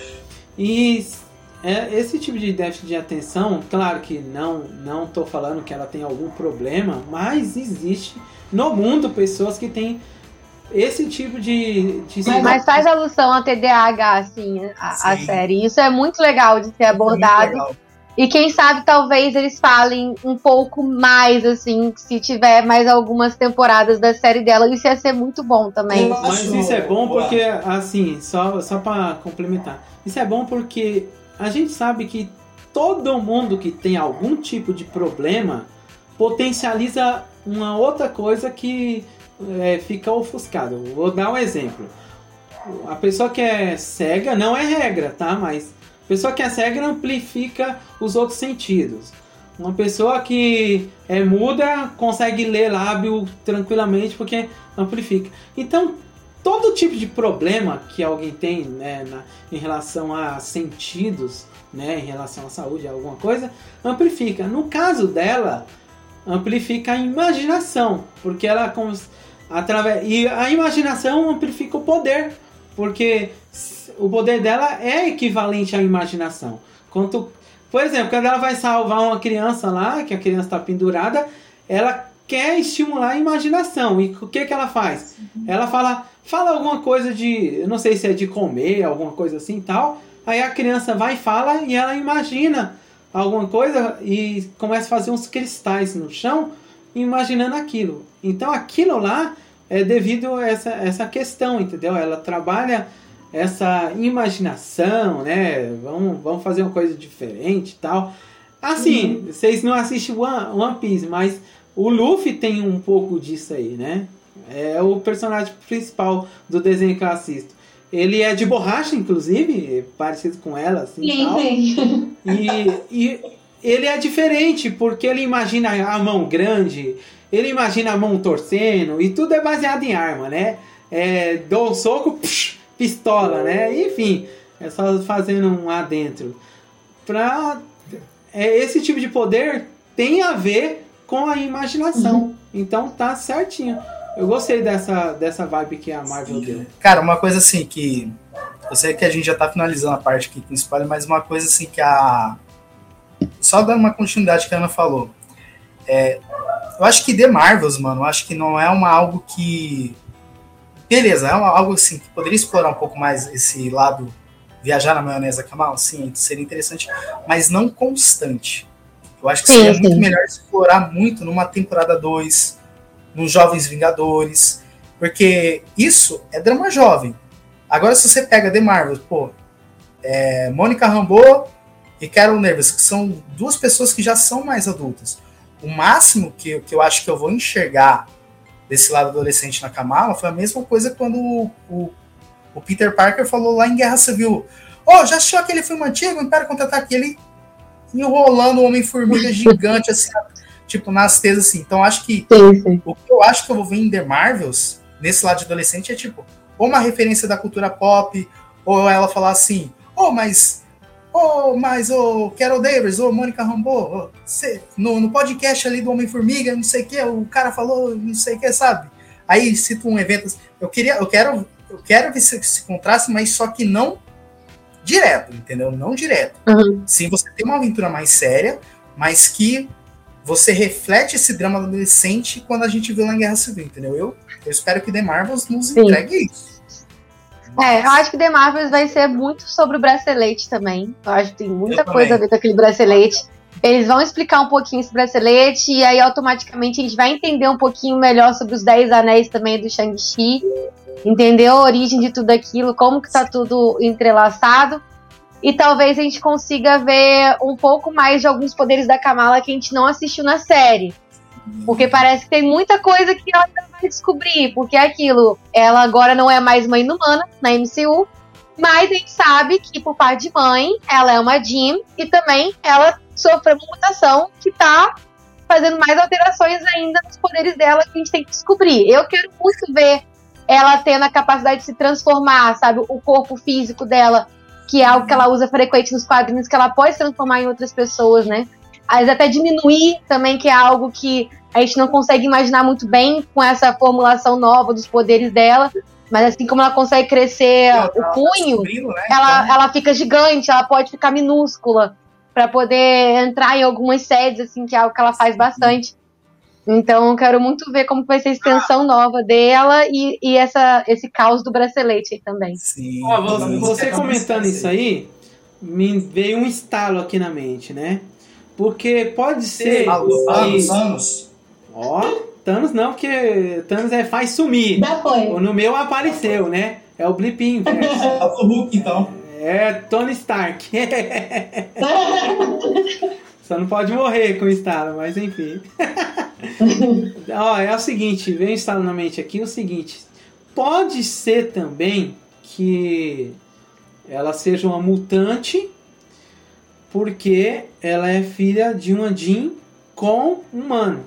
E é, esse tipo de déficit de atenção, claro que não não tô falando que ela tem algum problema, mas existe no mundo pessoas que têm esse tipo de... de Mas, mas faz alusão a T D A H, assim, a, a Sim. série. Isso é muito legal de ser abordado. Muito legal. E quem sabe talvez eles falem um pouco mais, assim, se tiver mais algumas temporadas da série dela. Isso ia ser muito bom também. Eu Mas acho- isso é bom Boa. porque, assim, só, só pra complementar. Isso é bom porque a gente sabe que todo mundo que tem algum tipo de problema potencializa uma outra coisa que é, fica ofuscado. Vou dar um exemplo. A pessoa que é cega, não é regra, tá? Mas a pessoa que é cega amplifica os outros sentidos. Uma pessoa que é muda consegue ler lábio tranquilamente porque amplifica. Então, todo tipo de problema que alguém tem, né, na, em relação a sentidos, né, em relação à saúde, alguma coisa, amplifica. No caso dela, amplifica a imaginação, porque ela cons- através e a imaginação amplifica o poder, porque s- o poder dela é equivalente à imaginação. Quanto, por exemplo, quando ela vai salvar uma criança lá, que a criança está pendurada, ela quer estimular a imaginação. E o que que ela faz? Ela fala, fala alguma coisa de, eu não sei se é de comer, alguma coisa assim e tal. Aí a criança vai e fala e ela imagina alguma coisa e começa a fazer uns cristais no chão, imaginando aquilo. Então aquilo lá é devido a essa, essa questão, entendeu? Ela trabalha essa imaginação, né? Vamos, vamos fazer uma coisa diferente e tal. Assim, uhum. Vocês não assistem One, One Piece, mas o Luffy tem um pouco disso aí, né? É o personagem principal do desenho que eu assisto. Ele é de borracha, inclusive, parecido com ela, assim, sim, tal. sim. E, e ele é diferente, porque ele imagina a mão grande, ele imagina a mão torcendo, e tudo é baseado em arma, né? É, dou um soco, psh, pistola, né? Enfim, é só fazendo um adentro. Pra, é, esse tipo de poder tem a ver com a imaginação. Uhum. Então tá certinho. Eu gostei dessa, dessa vibe que a Marvel deu. Cara, uma coisa assim que... Eu sei que a gente já tá finalizando a parte aqui com spoiler, mas uma coisa assim que a... Só dando uma continuidade que a Ana falou. É, eu acho que The Marvels, mano, eu acho que não é uma algo que... Beleza, é uma, algo assim que poderia explorar um pouco mais esse lado viajar na maionese Kamala, sim, seria interessante, mas não constante. Eu acho que seria sim, muito sim. melhor explorar muito numa temporada dois, nos Jovens Vingadores, porque isso é drama jovem. Agora, se você pega The Marvels, pô, é, Monica Rambeau e Carol Danvers, que são duas pessoas que já são mais adultas. O máximo que, que eu acho que eu vou enxergar desse lado adolescente na Kamala foi a mesma coisa quando o, o, o Peter Parker falou lá em Guerra Civil: oh, já assistiu aquele filme antigo, Império Contra-Ataque? Ele enrolando o Homem-Formiga gigante, assim, tipo, nas tesas, assim. Então, acho que sim, sim. o que eu acho que eu vou ver em The Marvels, nesse lado de adolescente, é tipo, ou uma referência da cultura pop, ou ela falar assim, oh, mas, oh, mas, oh, Carol Danvers, oh, Monica Rambeau, oh, cê, no, no podcast ali do Homem-Formiga, não sei o que, o cara falou, não sei o que, sabe? Aí cita um evento, eu queria, eu quero, eu quero ver esse, esse contraste, mas só que não direto, entendeu? Não direto. Uhum. Sim, você tem uma aventura mais séria, mas que você reflete esse drama adolescente quando a gente viu lá em Guerra Civil, entendeu? Eu, eu espero que The Marvels nos Sim. entregue isso. É, eu acho que The Marvels vai ser muito sobre o bracelete também. Eu acho que tem muita eu coisa também. a ver com aquele bracelete. Eles vão explicar um pouquinho esse bracelete e aí automaticamente a gente vai entender um pouquinho melhor sobre os Dez Anéis também do Shang-Chi. entender a origem de tudo aquilo, como que tá tudo entrelaçado. E talvez a gente consiga ver um pouco mais de alguns poderes da Kamala que a gente não assistiu na série. Porque parece que tem muita coisa que ela ainda vai descobrir. Porque é aquilo, ela agora não é mais uma inumana na M C U, mas a gente sabe que por parte de mãe, ela é uma Jean e também ela sofreu uma mutação que tá fazendo mais alterações ainda nos poderes dela que a gente tem que descobrir. Eu quero muito ver ela tendo a capacidade de se transformar, sabe? O corpo físico dela, que é algo que ela usa frequente nos quadrinhos, que ela pode se transformar em outras pessoas, né? Às vezes até diminuir também, que é algo que a gente não consegue imaginar muito bem com essa formulação nova dos poderes dela. Mas assim como ela consegue crescer o punho, né? ela, então... ela fica gigante, ela pode ficar minúscula para poder entrar em algumas sedes, assim, que é algo que ela faz bastante. Então eu quero muito ver como vai ser a extensão ah. nova dela e, e essa, esse caos do bracelete aí também. Sim. Ah, você, você comentando isso aí, me veio um estalo aqui na mente, né? Porque pode ser... Thanos, Thanos. Ó, Thanos não, porque Thanos é faz sumir. No meu apareceu, né? É o Blipinho. É o Hulk, então. É Tony Stark. Só não pode morrer com o estalo, mas enfim. Ó, é o seguinte, vem um estalo na mente aqui, o seguinte. Pode ser também que ela seja uma mutante porque ela é filha de uma Jean com um humano.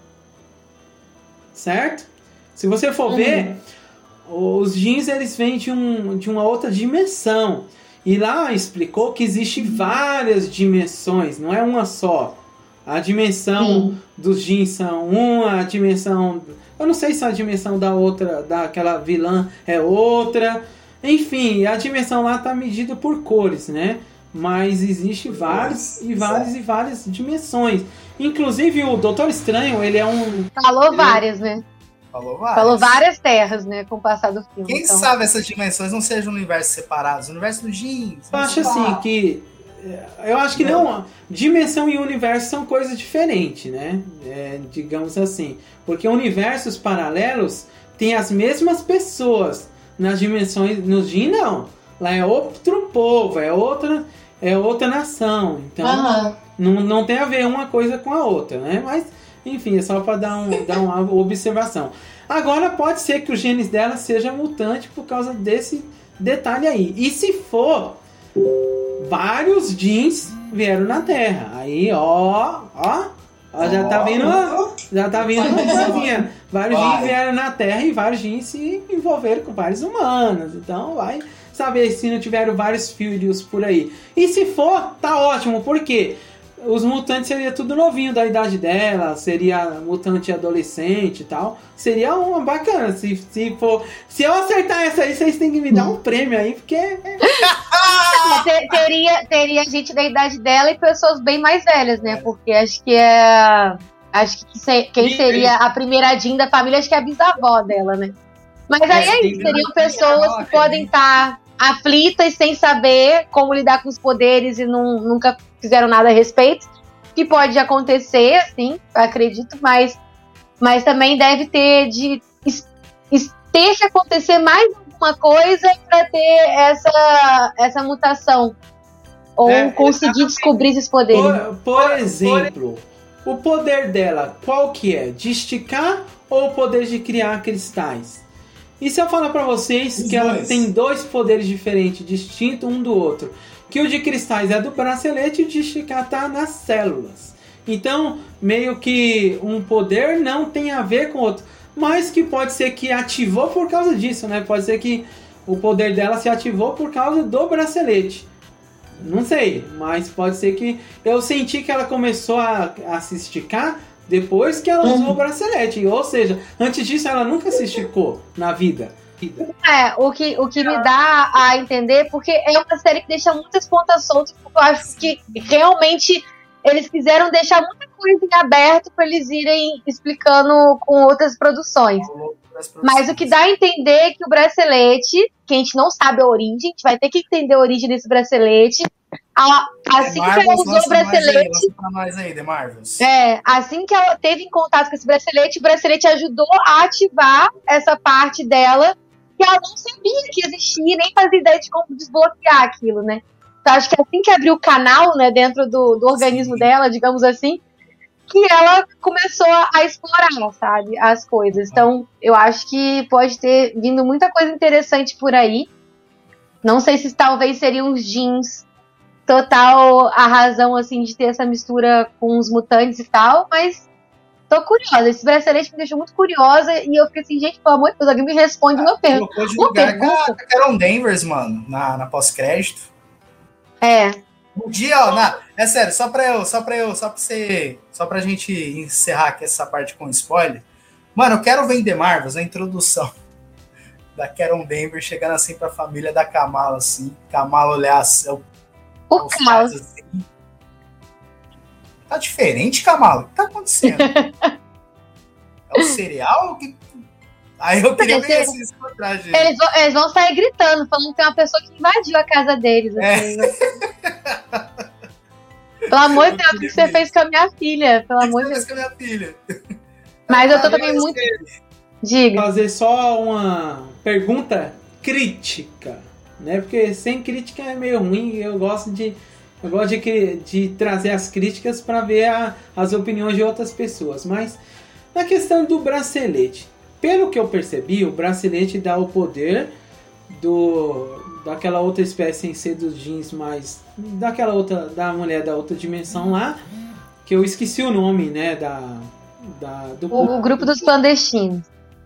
Certo? Se você for uhum. ver, os Jeans eles vêm de, um, de uma outra dimensão. E lá explicou que existe várias dimensões, não é uma só. A dimensão Sim. dos Jeans são uma, a dimensão... Eu não sei se a dimensão da outra, daquela vilã é outra. Enfim, a dimensão lá está medida por cores, né? Mas existe várias e várias e várias dimensões. Inclusive o Doutor Estranho, ele é um... Falou ele várias, é... né? Falou várias. Falou várias terras, né, com o passar do filme. Quem então. sabe essas dimensões não sejam universos separados, o universo do Jeans. Eu acho assim que... Eu acho que não... Dimensão e universo são coisas diferentes, né? É, digamos assim. Porque universos paralelos têm as mesmas pessoas. Nas dimensões... Nos Jeans, não. Lá é outro povo, é outra, é outra nação. Então, uhum. não, não tem a ver uma coisa com a outra, né? Mas... Enfim, é só para dar, um, dar uma observação. Agora pode ser que o genes dela seja mutante por causa desse detalhe aí. E se for, vários jeans vieram na Terra. Aí, ó, ó, ó já tá vindo, já tá vindo uma coisinha. Vários jeans vieram na Terra e vários jeans se envolveram com vários humanos. Então vai saber se não tiveram vários filhos por aí. E se for, tá ótimo, por quê? Os mutantes seria tudo novinho da idade dela, seria mutante adolescente e tal. Seria uma bacana. Se, se for. Se eu acertar essa aí, vocês têm que me dar um prêmio aí, porque. teria, teria gente da idade dela e pessoas bem mais velhas, né? Porque acho que é. Acho que se, quem seria a primeira Jean da família, acho que é a bisavó dela, né? Mas aí é isso, seriam pessoas que podem estar aflitas sem saber como lidar com os poderes e não, nunca fizeram nada a respeito, que pode acontecer, assim, acredito, mas, mas também deve ter de ter que acontecer mais alguma coisa para ter essa, essa mutação ou é, conseguir descobrir esses poderes. Por, por exemplo, o poder dela, qual que é? De esticar ou o poder de criar cristais? E se eu falar para vocês Os que dois. ela tem dois poderes diferentes, distintos um do outro, que o de cristais é do bracelete e o de esticar tá nas células. Então, meio que um poder não tem a ver com o outro, mas que pode ser que ativou por causa disso, né? Pode ser que o poder dela se ativou por causa do bracelete. Não sei, mas pode ser que... Eu senti que ela começou a, a se esticar depois que ela usou uhum. o bracelete. Ou seja, antes disso ela nunca se esticou na vida. É, o que, o que me dá a entender, porque é uma série que deixa muitas pontas soltas, porque eu acho que realmente eles quiseram deixar muita coisa em aberto para eles irem explicando com outras produções. Mas o que dá a entender é que o bracelete, que a gente não sabe a origem, a gente vai ter que entender a origem desse bracelete. A, assim que ela usou o bracelete. Aí, The Marvels. É, assim que ela teve em contato com esse bracelete, o bracelete ajudou a ativar essa parte dela que ela não sabia que existia, nem fazia ideia de como desbloquear aquilo, né? Então, acho que assim que abriu o canal, né, dentro do, do organismo Sim. dela, digamos assim, que ela começou a explorar, sabe, as coisas. Então, eu acho que pode ter vindo muita coisa interessante por aí. Não sei se talvez seriam os jeans total a razão, assim, de ter essa mistura com os mutantes e tal, mas tô curiosa. Esse bracelete me deixou muito curiosa e eu fiquei assim, gente, pelo amor de Deus, alguém me responde uma, per- de uma lugar pergunta. Com a Carol Danvers, mano, na, na pós-crédito. É. Um dia, ó, na, é sério, só pra eu, só pra eu, só pra você, só pra gente encerrar aqui essa parte com spoiler. Mano, eu quero ver em The Marvels a introdução da Carol Danvers chegando assim pra família da Kamala, assim, Kamala olhar o, o caos. Assim. Tá diferente, Kamala? O que tá acontecendo? É o cereal? Que... Aí eu queria ver esse encontrar, gente. Eles vão, eles vão sair gritando, falando que tem uma pessoa que invadiu a casa deles. Assim, é. Pelo amor de Deus, o que você fez com a minha filha? Pelo amor de Deus. com a minha filha. Mas eu tô também muito... Diga. Fazer só uma pergunta crítica, né? Porque sem crítica é meio ruim. Eu gosto de, eu gosto de, de trazer as críticas para ver a, as opiniões de outras pessoas. Mas na questão do bracelete, pelo que eu percebi, o bracelete dá o poder do, daquela outra espécie sem ser dos jeans, mas daquela outra, da mulher da outra dimensão lá, que eu esqueci o nome, né? Da, da, do o, o grupo dos clandestinos.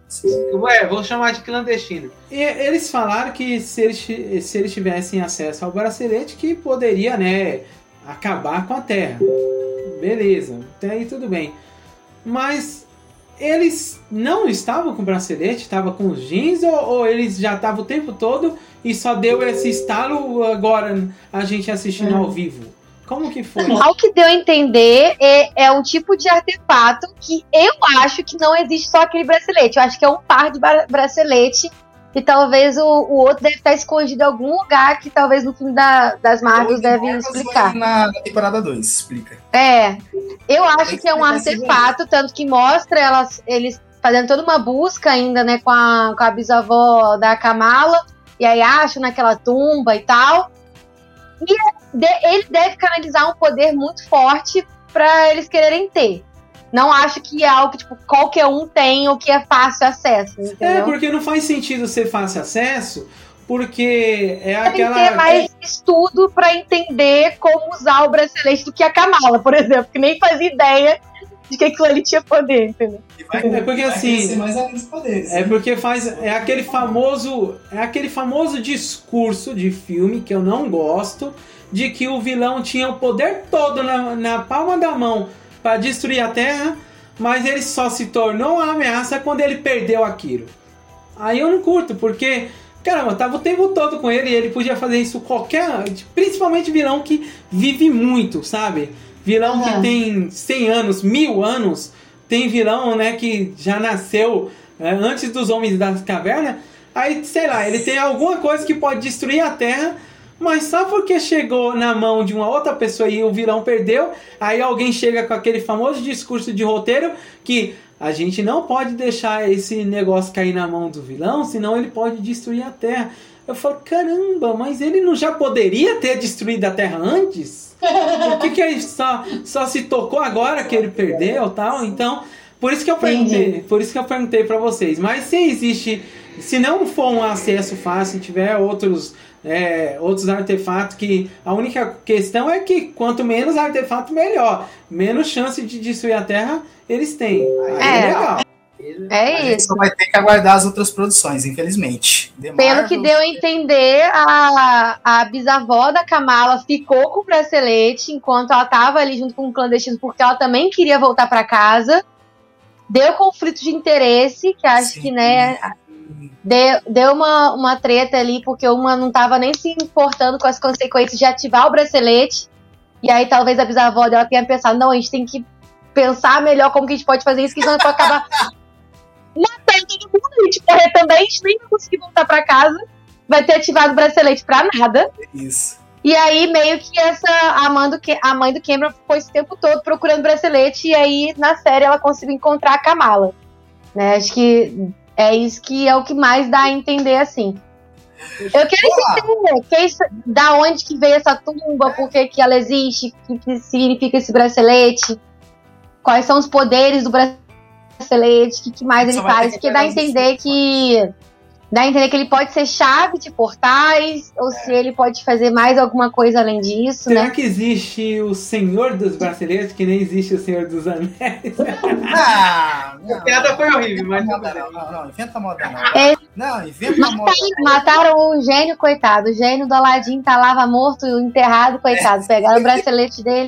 Ué, vou chamar de clandestino. E eles falaram que se eles, se eles tivessem acesso ao bracelete, que poderia, né, acabar com a Terra. Beleza, até aí tudo bem. Mas eles não estavam com o bracelete, estavam com os jeans, ou, ou eles já estavam o tempo todo e só deu esse estalo agora a gente assistindo hum. ao vivo? Como que foi? Ao que deu a entender, é, é um tipo de artefato que eu acho que não existe só aquele bracelete. Eu acho que é um par de bra- bracelete e talvez o, o outro deve estar escondido em algum lugar que talvez no filme da, das Marvels deve explicar. Na, na temporada dois, explica. É, eu acho que é um artefato, tanto que mostra elas, eles fazendo toda uma busca ainda, né, com a, com a bisavó da Kamala, e aí acham naquela tumba e tal. E ele deve canalizar um poder muito forte para eles quererem ter. Não acho que é algo que tipo, qualquer um tem ou que é fácil acesso, entendeu? É, porque não faz sentido ser fácil acesso, porque é Deve aquela... ter mais estudo para entender como usar o bracelete do que a Kamala, por exemplo, que nem fazia ideia de que aquilo ali tinha poder, entendeu? É porque assim, mais além dos poderes, é porque faz é aquele famoso é aquele famoso discurso de filme que eu não gosto, de que o vilão tinha o poder todo na, na palma da mão para destruir a Terra, mas ele só se tornou uma ameaça quando ele perdeu aquilo. Aí eu não curto, porque caramba, tava o tempo todo com ele e ele podia fazer isso qualquer, principalmente vilão que vive muito, sabe? Vilão uhum. que tem cem anos, mil anos. Tem vilão, né, que já nasceu é, antes dos Homens das Cavernas. Aí, sei lá, ele tem alguma coisa que pode destruir a Terra, mas só porque chegou na mão de uma outra pessoa e o vilão perdeu, aí alguém chega com aquele famoso discurso de roteiro que a gente não pode deixar esse negócio cair na mão do vilão, senão ele pode destruir a Terra. Eu falo, caramba, mas ele não já poderia ter destruído a Terra antes? Por que, que ele só, só se tocou agora que ele perdeu e tal? Então, por isso que eu perguntei, por isso que eu perguntei pra vocês. Mas se existe, se não for um acesso fácil, tiver outros, é, outros artefatos, que a única questão é que quanto menos artefato, melhor. Menos chance de destruir a Terra eles têm. Aí é, é legal. É isso. A gente só vai ter que aguardar as outras produções, infelizmente. The Pelo Marvels, que deu a entender, a, a bisavó da Kamala ficou com o bracelete enquanto ela estava ali junto com o clandestino, porque ela também queria voltar para casa. Deu conflito de interesse, que acho Sim. que, né, deu, deu uma, uma treta ali, porque uma não estava nem se importando com as consequências de ativar o bracelete. E aí talvez a bisavó dela tenha pensado, não, a gente tem que pensar melhor como que a gente pode fazer isso, que senão pode acabar matando todo mundo, a gente morrer também, a gente nem vai conseguir voltar pra casa, vai ter ativado o bracelete pra nada. Isso. E aí, meio que essa a mãe do, a mãe do Cameron ficou esse tempo todo procurando o bracelete, e aí, na série, ela conseguiu encontrar a Kamala. Né? Acho que É isso que é o que mais dá a entender, assim. Eu quero entender que isso, da onde que veio essa tumba, por que que ela existe, o que significa esse bracelete, quais são os poderes do bracelete, o que, que mais ele faz, porque dá a entender que dá a entender que ele pode ser chave de portais, ou é. se ele pode fazer mais alguma coisa além disso, Será né? que existe o Senhor dos Braceletes, que nem existe o Senhor dos Anéis? Ah, a piada foi horrível, mas não, não, não, não, não, inventa moda não. É, não, inventa moda. Mataram o gênio, coitado. O gênio do Aladim tá lá morto, enterrado, coitado. É. Pegaram o bracelete dele.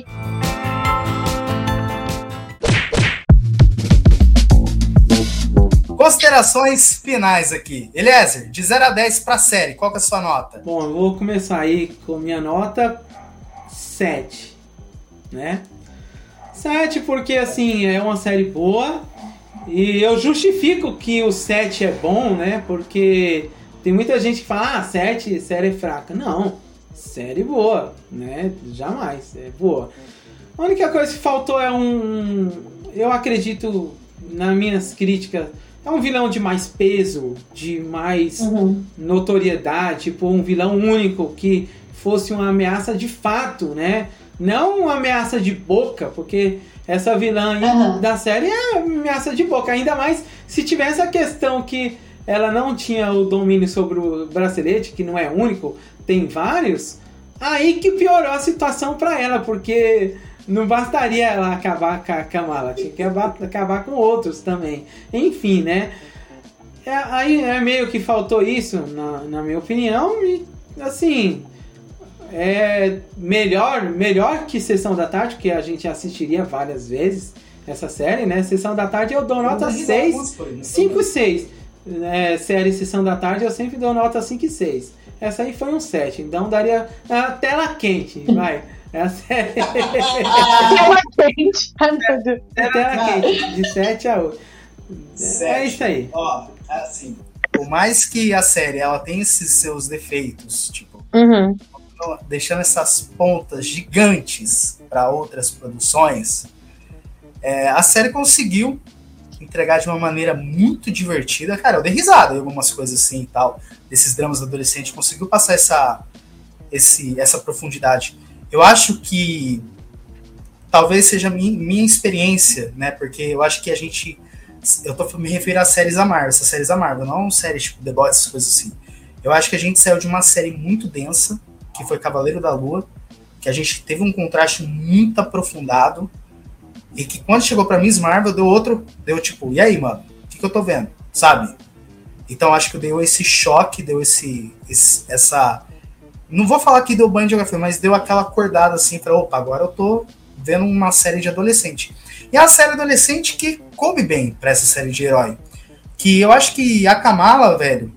Considerações finais aqui. Eliezer, de zero a dez pra série, qual que é a sua nota? Bom, eu vou começar aí com minha nota sete, né? sete porque, assim, é uma série boa e eu justifico que o sete é bom, né? Porque tem muita gente que fala, ah, sete, série fraca. Não, série boa, né? Jamais, é boa. A única coisa que faltou é um... Eu acredito, nas minhas críticas... É um vilão de mais peso, de mais uhum. notoriedade, tipo um vilão único que fosse uma ameaça de fato, né? Não uma ameaça de boca, porque essa vilã aí uhum. da série é ameaça de boca. Ainda mais se tivesse a questão que ela não tinha o domínio sobre o bracelete, que não é único, tem vários, aí que piorou a situação para ela, porque... Não bastaria ela acabar com a Kamala, tinha que acabar com outros também. Enfim, né? É, aí é meio que faltou isso, na, na minha opinião. E, assim, é melhor, melhor que Sessão da Tarde, que a gente assistiria várias vezes essa série, né? Sessão da Tarde eu dou nota seis, cinco e seis. É, série Sessão da Tarde eu sempre dou nota cinco e seis. Essa aí foi um sete, então daria a tela quente, vai. Essa é... Tela quente. É tela quente, de sete a oito. É isso aí. Ó, assim, por mais que a série ela tem esses seus defeitos, tipo, uhum. deixando essas pontas gigantes para outras produções, é, a série conseguiu entregar de uma maneira muito divertida. Cara, eu dei risada em algumas coisas assim e tal, desses dramas adolescentes, conseguiu passar essa, esse, essa profundidade. Eu acho que talvez seja minha, minha experiência, né? Porque eu acho que a gente... Eu tô me referindo a séries da Marvel, essas séries da Marvel, não séries tipo The Boys, essas coisas assim. Eu acho que a gente saiu de uma série muito densa, que foi Cavaleiro da Lua, que a gente teve um contraste muito aprofundado, e que quando chegou pra Miss Marvel, deu outro... Deu tipo, e aí, mano? O que, que eu tô vendo? Sabe? Então acho que deu esse choque, deu esse... esse essa... Não vou falar que deu banho de geografia, mas deu aquela acordada assim pra, opa, agora eu tô vendo uma série de adolescente. E é a série adolescente que coube bem pra essa série de herói. Que eu acho que a Kamala, velho,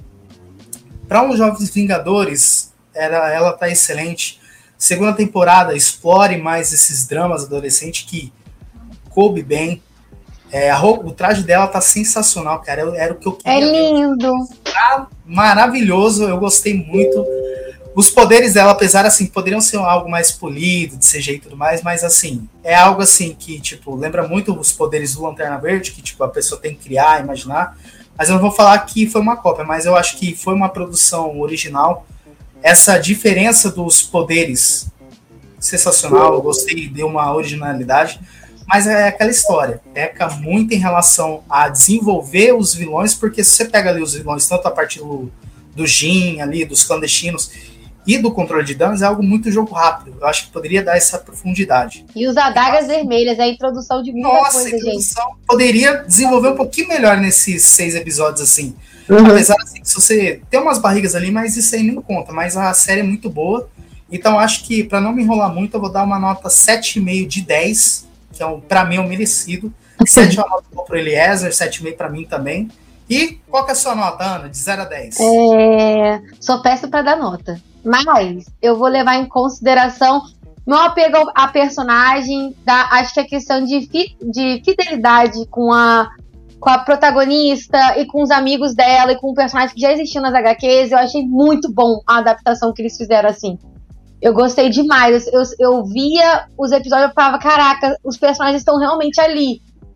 pra uns Jovens Vingadores, era, ela tá excelente. Segunda temporada, explore mais esses dramas adolescentes que coube bem. É, a roupa, o traje dela tá sensacional, cara. Era, era o que eu queria. É lindo. Tá maravilhoso, eu gostei muito. Os poderes dela, apesar assim, poderiam ser algo mais polido, de C G e tudo mais, mas assim, é algo assim que, tipo, lembra muito os poderes do Lanterna Verde, que, tipo, a pessoa tem que criar, imaginar. Mas eu não vou falar que foi uma cópia, mas eu acho que foi uma produção original. Essa diferença dos poderes, sensacional, eu gostei, deu uma originalidade. Mas é aquela história, peca muito em relação a desenvolver os vilões, porque se você pega ali os vilões, tanto a partir do, do Jin ali, dos clandestinos, e do controle de danos, é algo muito jogo rápido. Eu acho que poderia dar essa profundidade. E os adagas vermelhas, é a introdução de muita Nossa, coisa, a introdução gente. Poderia desenvolver um pouquinho melhor nesses seis episódios, assim. Uhum. Apesar, assim, se você tem umas barrigas ali, mas isso aí nem conta. Mas a série é muito boa. Então, acho que, pra não me enrolar muito, eu vou dar uma nota sete vírgula cinco de dez, que é um, pra mim é um merecido. sete é uma nota boa pro Eliezer, sete vírgula cinco pra mim também. E qual que é a sua nota, Ana? De zero a dez? É... Sou péssima pra dar nota. Mas eu vou levar em consideração meu apego à personagem, da, acho que a questão de, fi, de fidelidade com a, com a protagonista e com os amigos dela e com o personagem que já existiu nas H Qs, eu achei muito bom a adaptação que eles fizeram assim. Eu gostei demais, eu, eu via os episódios e falava, caraca, os personagens estão realmente ali.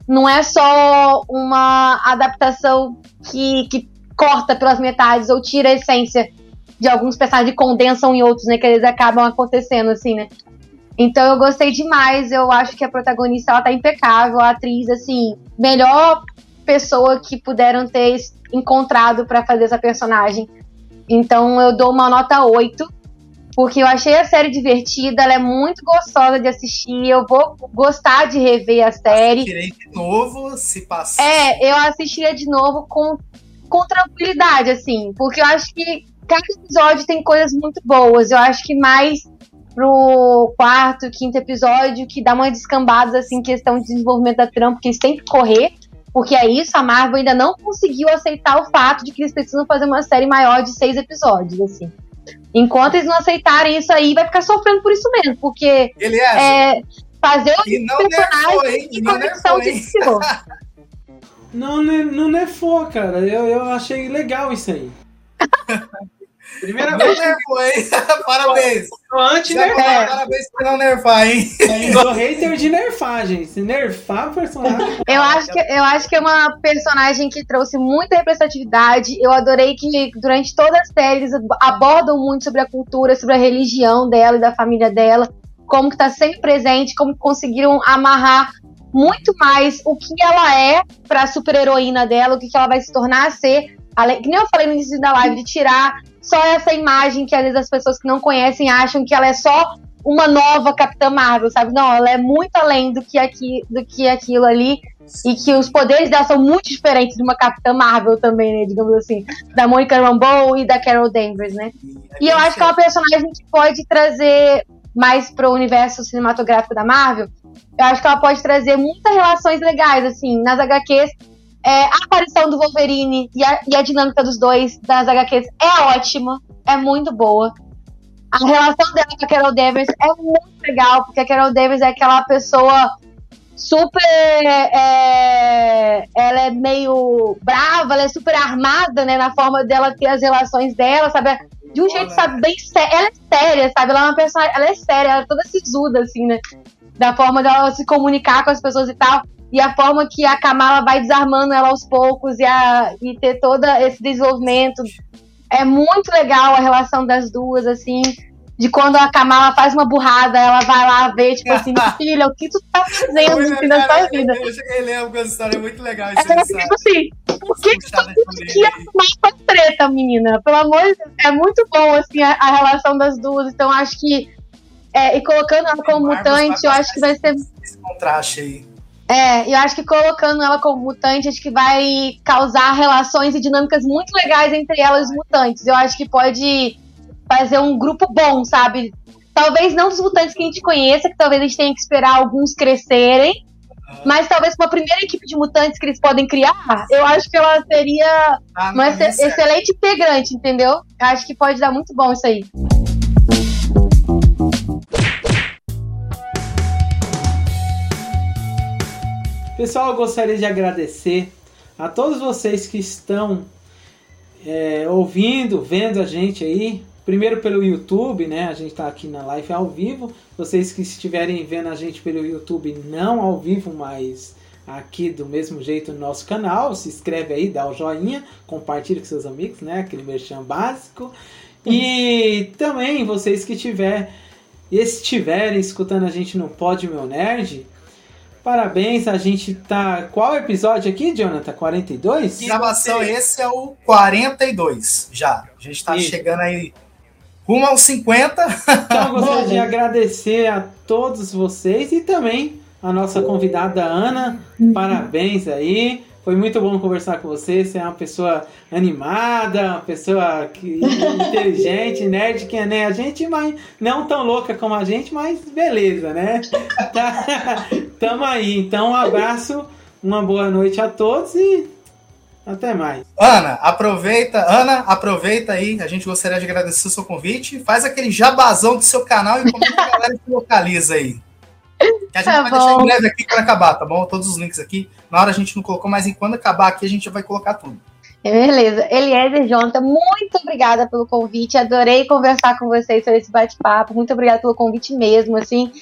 não é só uma adaptação que, que corta pelas metades ou tira a essência de alguns personagens e condensam em outros, né? Que eles acabam acontecendo, assim, né? Então eu gostei demais, eu acho que a protagonista, ela tá impecável, a atriz, assim, melhor pessoa que puderam ter encontrado pra fazer essa personagem. Então eu dou uma nota oito, porque eu achei a série divertida, ela é muito gostosa de assistir, eu vou gostar de rever a série. Assistirei de novo, se passar. É, eu assistiria de novo com, com tranquilidade, assim, porque eu acho que cada episódio tem coisas muito boas, eu acho que mais pro quarto, quinto episódio, que dá uma descambada, assim, questão de desenvolvimento da trama, porque eles têm que correr, porque é isso, a Marvel ainda não conseguiu aceitar o fato de que eles precisam fazer uma série maior de seis episódios, assim. Enquanto eles não aceitarem isso aí, vai ficar sofrendo por isso mesmo, porque é, fazer o personagem e conexão de senhor. Não, não nerfou, cara. Eu, eu achei legal isso aí. Primeira vez nerfou, hein? Parabéns. Antes nerfar. Parabéns por não nerfar, hein? Sou hater de nerfagem. Se nerfar o personagem. Eu acho, que, eu acho que é uma personagem que trouxe muita representatividade. Eu adorei que durante toda a série eles abordam muito sobre a cultura, sobre a religião dela e da família dela. Como que tá sempre presente, como conseguiram amarrar muito mais o que ela é pra super-heroína dela, o que, que ela vai se tornar a ser. Além, que nem eu falei no início da live, de tirar só essa imagem que às vezes as pessoas que não conhecem acham que ela é só uma nova Capitã Marvel, sabe? Não, ela é muito além do que, aqui, do que aquilo ali, e que os poderes dela são muito diferentes de uma Capitã Marvel também, né? Digamos assim, da Monica Rambeau e da Carol Danvers, né? E eu acho que é uma personagem que pode trazer mais pro universo cinematográfico da Marvel. Eu acho que ela pode trazer muitas relações legais, assim, nas agá quês. É, a aparição do Wolverine e a, e a dinâmica dos dois das agá quês é ótima, é muito boa. A relação dela com a Carol Danvers é muito legal, porque a Carol Danvers é aquela pessoa super... É, ela é meio brava, ela é super armada, né, na forma dela ter as relações dela, sabe? De um jeito, sabe, bem sério. Ela é séria, sabe? Ela é uma pessoa... Ela é séria, ela é toda sisuda, assim, né? Da forma dela se comunicar com as pessoas e tal. E a forma que a Kamala vai desarmando ela aos poucos e, a, e ter todo esse desenvolvimento. É muito legal a relação das duas, assim, de quando a Kamala faz uma burrada, ela vai lá ver, tipo assim, filha, o que tu tá fazendo no fim da sua vida? Eu cheguei a ler essa história, é muito legal isso. É tipo assim, por que que tu ia arrumar essa treta, menina? Pelo amor de Deus, é muito bom, assim, a, a relação das duas, então acho que, é, e colocando ela como mutante, eu acho que vai ser... Esse contraste aí. É, eu acho que colocando ela como mutante, acho que vai causar relações e dinâmicas muito legais entre ela e os mutantes. Eu acho que pode fazer um grupo bom, sabe? Talvez não dos mutantes que a gente conheça, que talvez a gente tenha que esperar alguns crescerem, mas talvez uma primeira equipe de mutantes que eles podem criar, eu acho que ela seria ah, uma ex- excelente integrante, entendeu? Eu acho que pode dar muito bom isso aí. Pessoal, eu gostaria de agradecer a todos vocês que estão é, ouvindo, vendo a gente aí. Primeiro pelo YouTube, né? A gente está aqui na live ao vivo. Vocês que estiverem vendo a gente pelo YouTube, não ao vivo, mas aqui do mesmo jeito no nosso canal, se inscreve aí, dá o joinha, compartilha com seus amigos, né? Aquele merchan básico. E também vocês que tiver, estiverem escutando a gente no Pod Meu Nerd, parabéns, a gente tá... Qual episódio aqui, Jonathan? quarenta e dois? Gravação, esse é o quarenta e dois, já. A gente tá Isso. chegando aí rumo aos cinquenta. Então, eu gostaria de agradecer a todos vocês e também a nossa convidada Ana. Parabéns aí. Foi muito bom conversar com você. Você é uma pessoa animada, uma pessoa que, inteligente, nerd, que é nem a gente, mas não tão louca como a gente, mas beleza, né? Tá, tamo aí. Então, um abraço, uma boa noite a todos e até mais. Ana, aproveita, Ana, aproveita aí. A gente gostaria de agradecer o seu convite. Faz aquele jabazão do seu canal e como é que a galera se localiza aí. Que a gente tá vai bom. deixar em breve aqui para acabar, tá bom? Todos os links aqui. Na hora a gente não colocou, mas quando acabar aqui a gente vai colocar tudo. Beleza. Eliezer, Jonathan, muito obrigada pelo convite. Adorei conversar com vocês sobre esse bate-papo. Muito obrigada pelo convite mesmo, assim.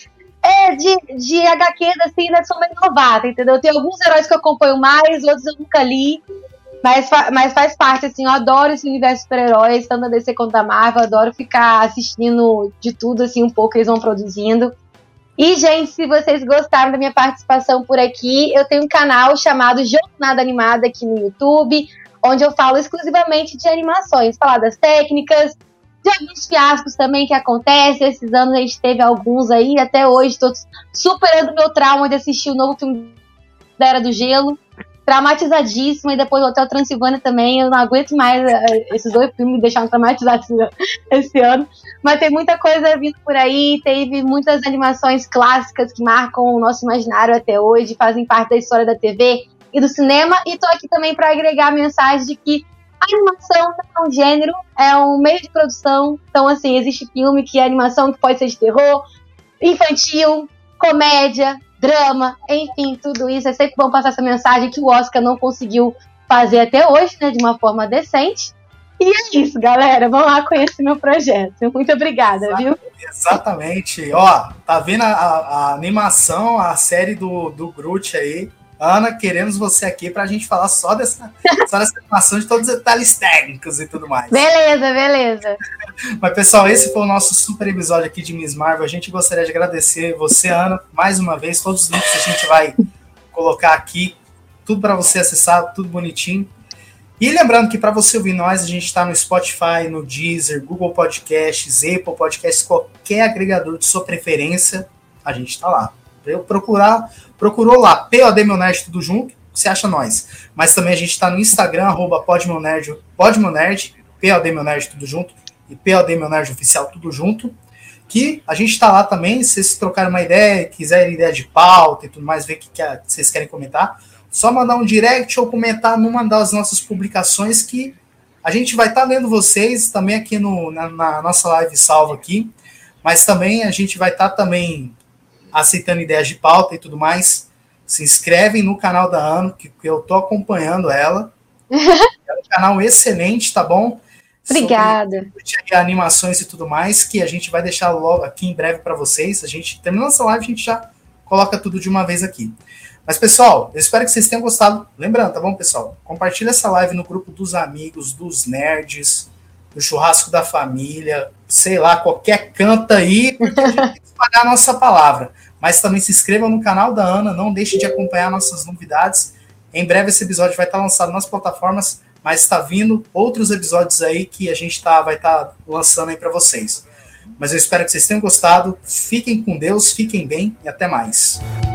É, de, de H Q, assim, né, sou meio novata, entendeu? Tem alguns heróis que eu acompanho mais, outros eu nunca li, mas, fa- mas faz parte, assim, eu adoro esse universo de super-heróis, tanto da D C quanto da Marvel, eu adoro ficar assistindo de tudo, assim, um pouco que eles vão produzindo. E, gente, se vocês gostaram da minha participação por aqui, eu tenho um canal chamado Jornada Animada aqui no YouTube, onde eu falo exclusivamente de animações, falar das técnicas, de alguns fiascos também que acontecem. Esses anos a gente teve alguns aí, até hoje estou superando meu trauma de assistir o novo filme da Era do Gelo, traumatizadíssima, e depois o Hotel Transilvânia também, eu não aguento mais, esses dois filmes me deixaram traumatizada esse ano, mas tem muita coisa vindo por aí, teve muitas animações clássicas que marcam o nosso imaginário até hoje, fazem parte da história da T V e do cinema, e tô aqui também para agregar a mensagem de que a animação não é um gênero, é um meio de produção. Então, assim, existe filme que é animação que pode ser de terror, infantil, comédia, drama, enfim, tudo isso. É sempre bom passar essa mensagem que o Oscar não conseguiu fazer até hoje, né, de uma forma decente. E é isso, galera. Vão lá conhecer meu projeto. Muito obrigada, Exatamente, viu? Exatamente. Ó, tá vendo a, a, a animação, a série do, do Groot aí. Ana, queremos você aqui pra gente falar só dessa, só dessa animação, de todos os detalhes técnicos e tudo mais. Beleza, beleza. Mas, pessoal, esse foi o nosso super episódio aqui de Miss Marvel. A gente gostaria de agradecer você, Ana, mais uma vez. Todos os links a gente vai colocar aqui. Tudo para você acessar, tudo bonitinho. E lembrando que para você ouvir nós, a gente está no Spotify, no Deezer, Google Podcasts, Apple Podcasts, qualquer agregador de sua preferência, a gente está lá. Eu procurar, procurou lá, P O D Meu Nerd, tudo junto, você acha nós. Mas também a gente está no Instagram, arroba podmeunerd, podmeunerd, P O D Meu Nerd, tudo junto, e P O D Meu Nerd Oficial, tudo junto. Que a gente está lá também, se vocês trocarem uma ideia, quiserem ideia de pauta e tudo mais, ver o que, que vocês querem comentar, só mandar um direct ou comentar numa das nossas publicações, que a gente vai estar tá lendo vocês também aqui no, na, na nossa live salva aqui, mas também a gente vai estar tá também aceitando ideias de pauta e tudo mais. Se inscrevem no canal da Ana, que eu tô acompanhando ela. É um canal excelente, tá bom? Obrigada. Sobre animações e tudo mais, que a gente vai deixar logo aqui em breve para vocês. A gente, terminando essa live, a gente já coloca tudo de uma vez aqui. Mas, pessoal, eu espero que vocês tenham gostado. Lembrando, tá bom, pessoal? Compartilha essa live no grupo dos amigos, dos nerds, do churrasco da família, sei lá, qualquer canto aí, porque a gente tem que espalhar a nossa palavra. Mas também se inscreva no canal da Ana, não deixe de acompanhar nossas novidades. Em breve esse episódio vai estar lançado nas plataformas, mas está vindo outros episódios aí que a gente tá, vai estar tá lançando aí para vocês. Mas eu espero que vocês tenham gostado. Fiquem com Deus, fiquem bem e até mais.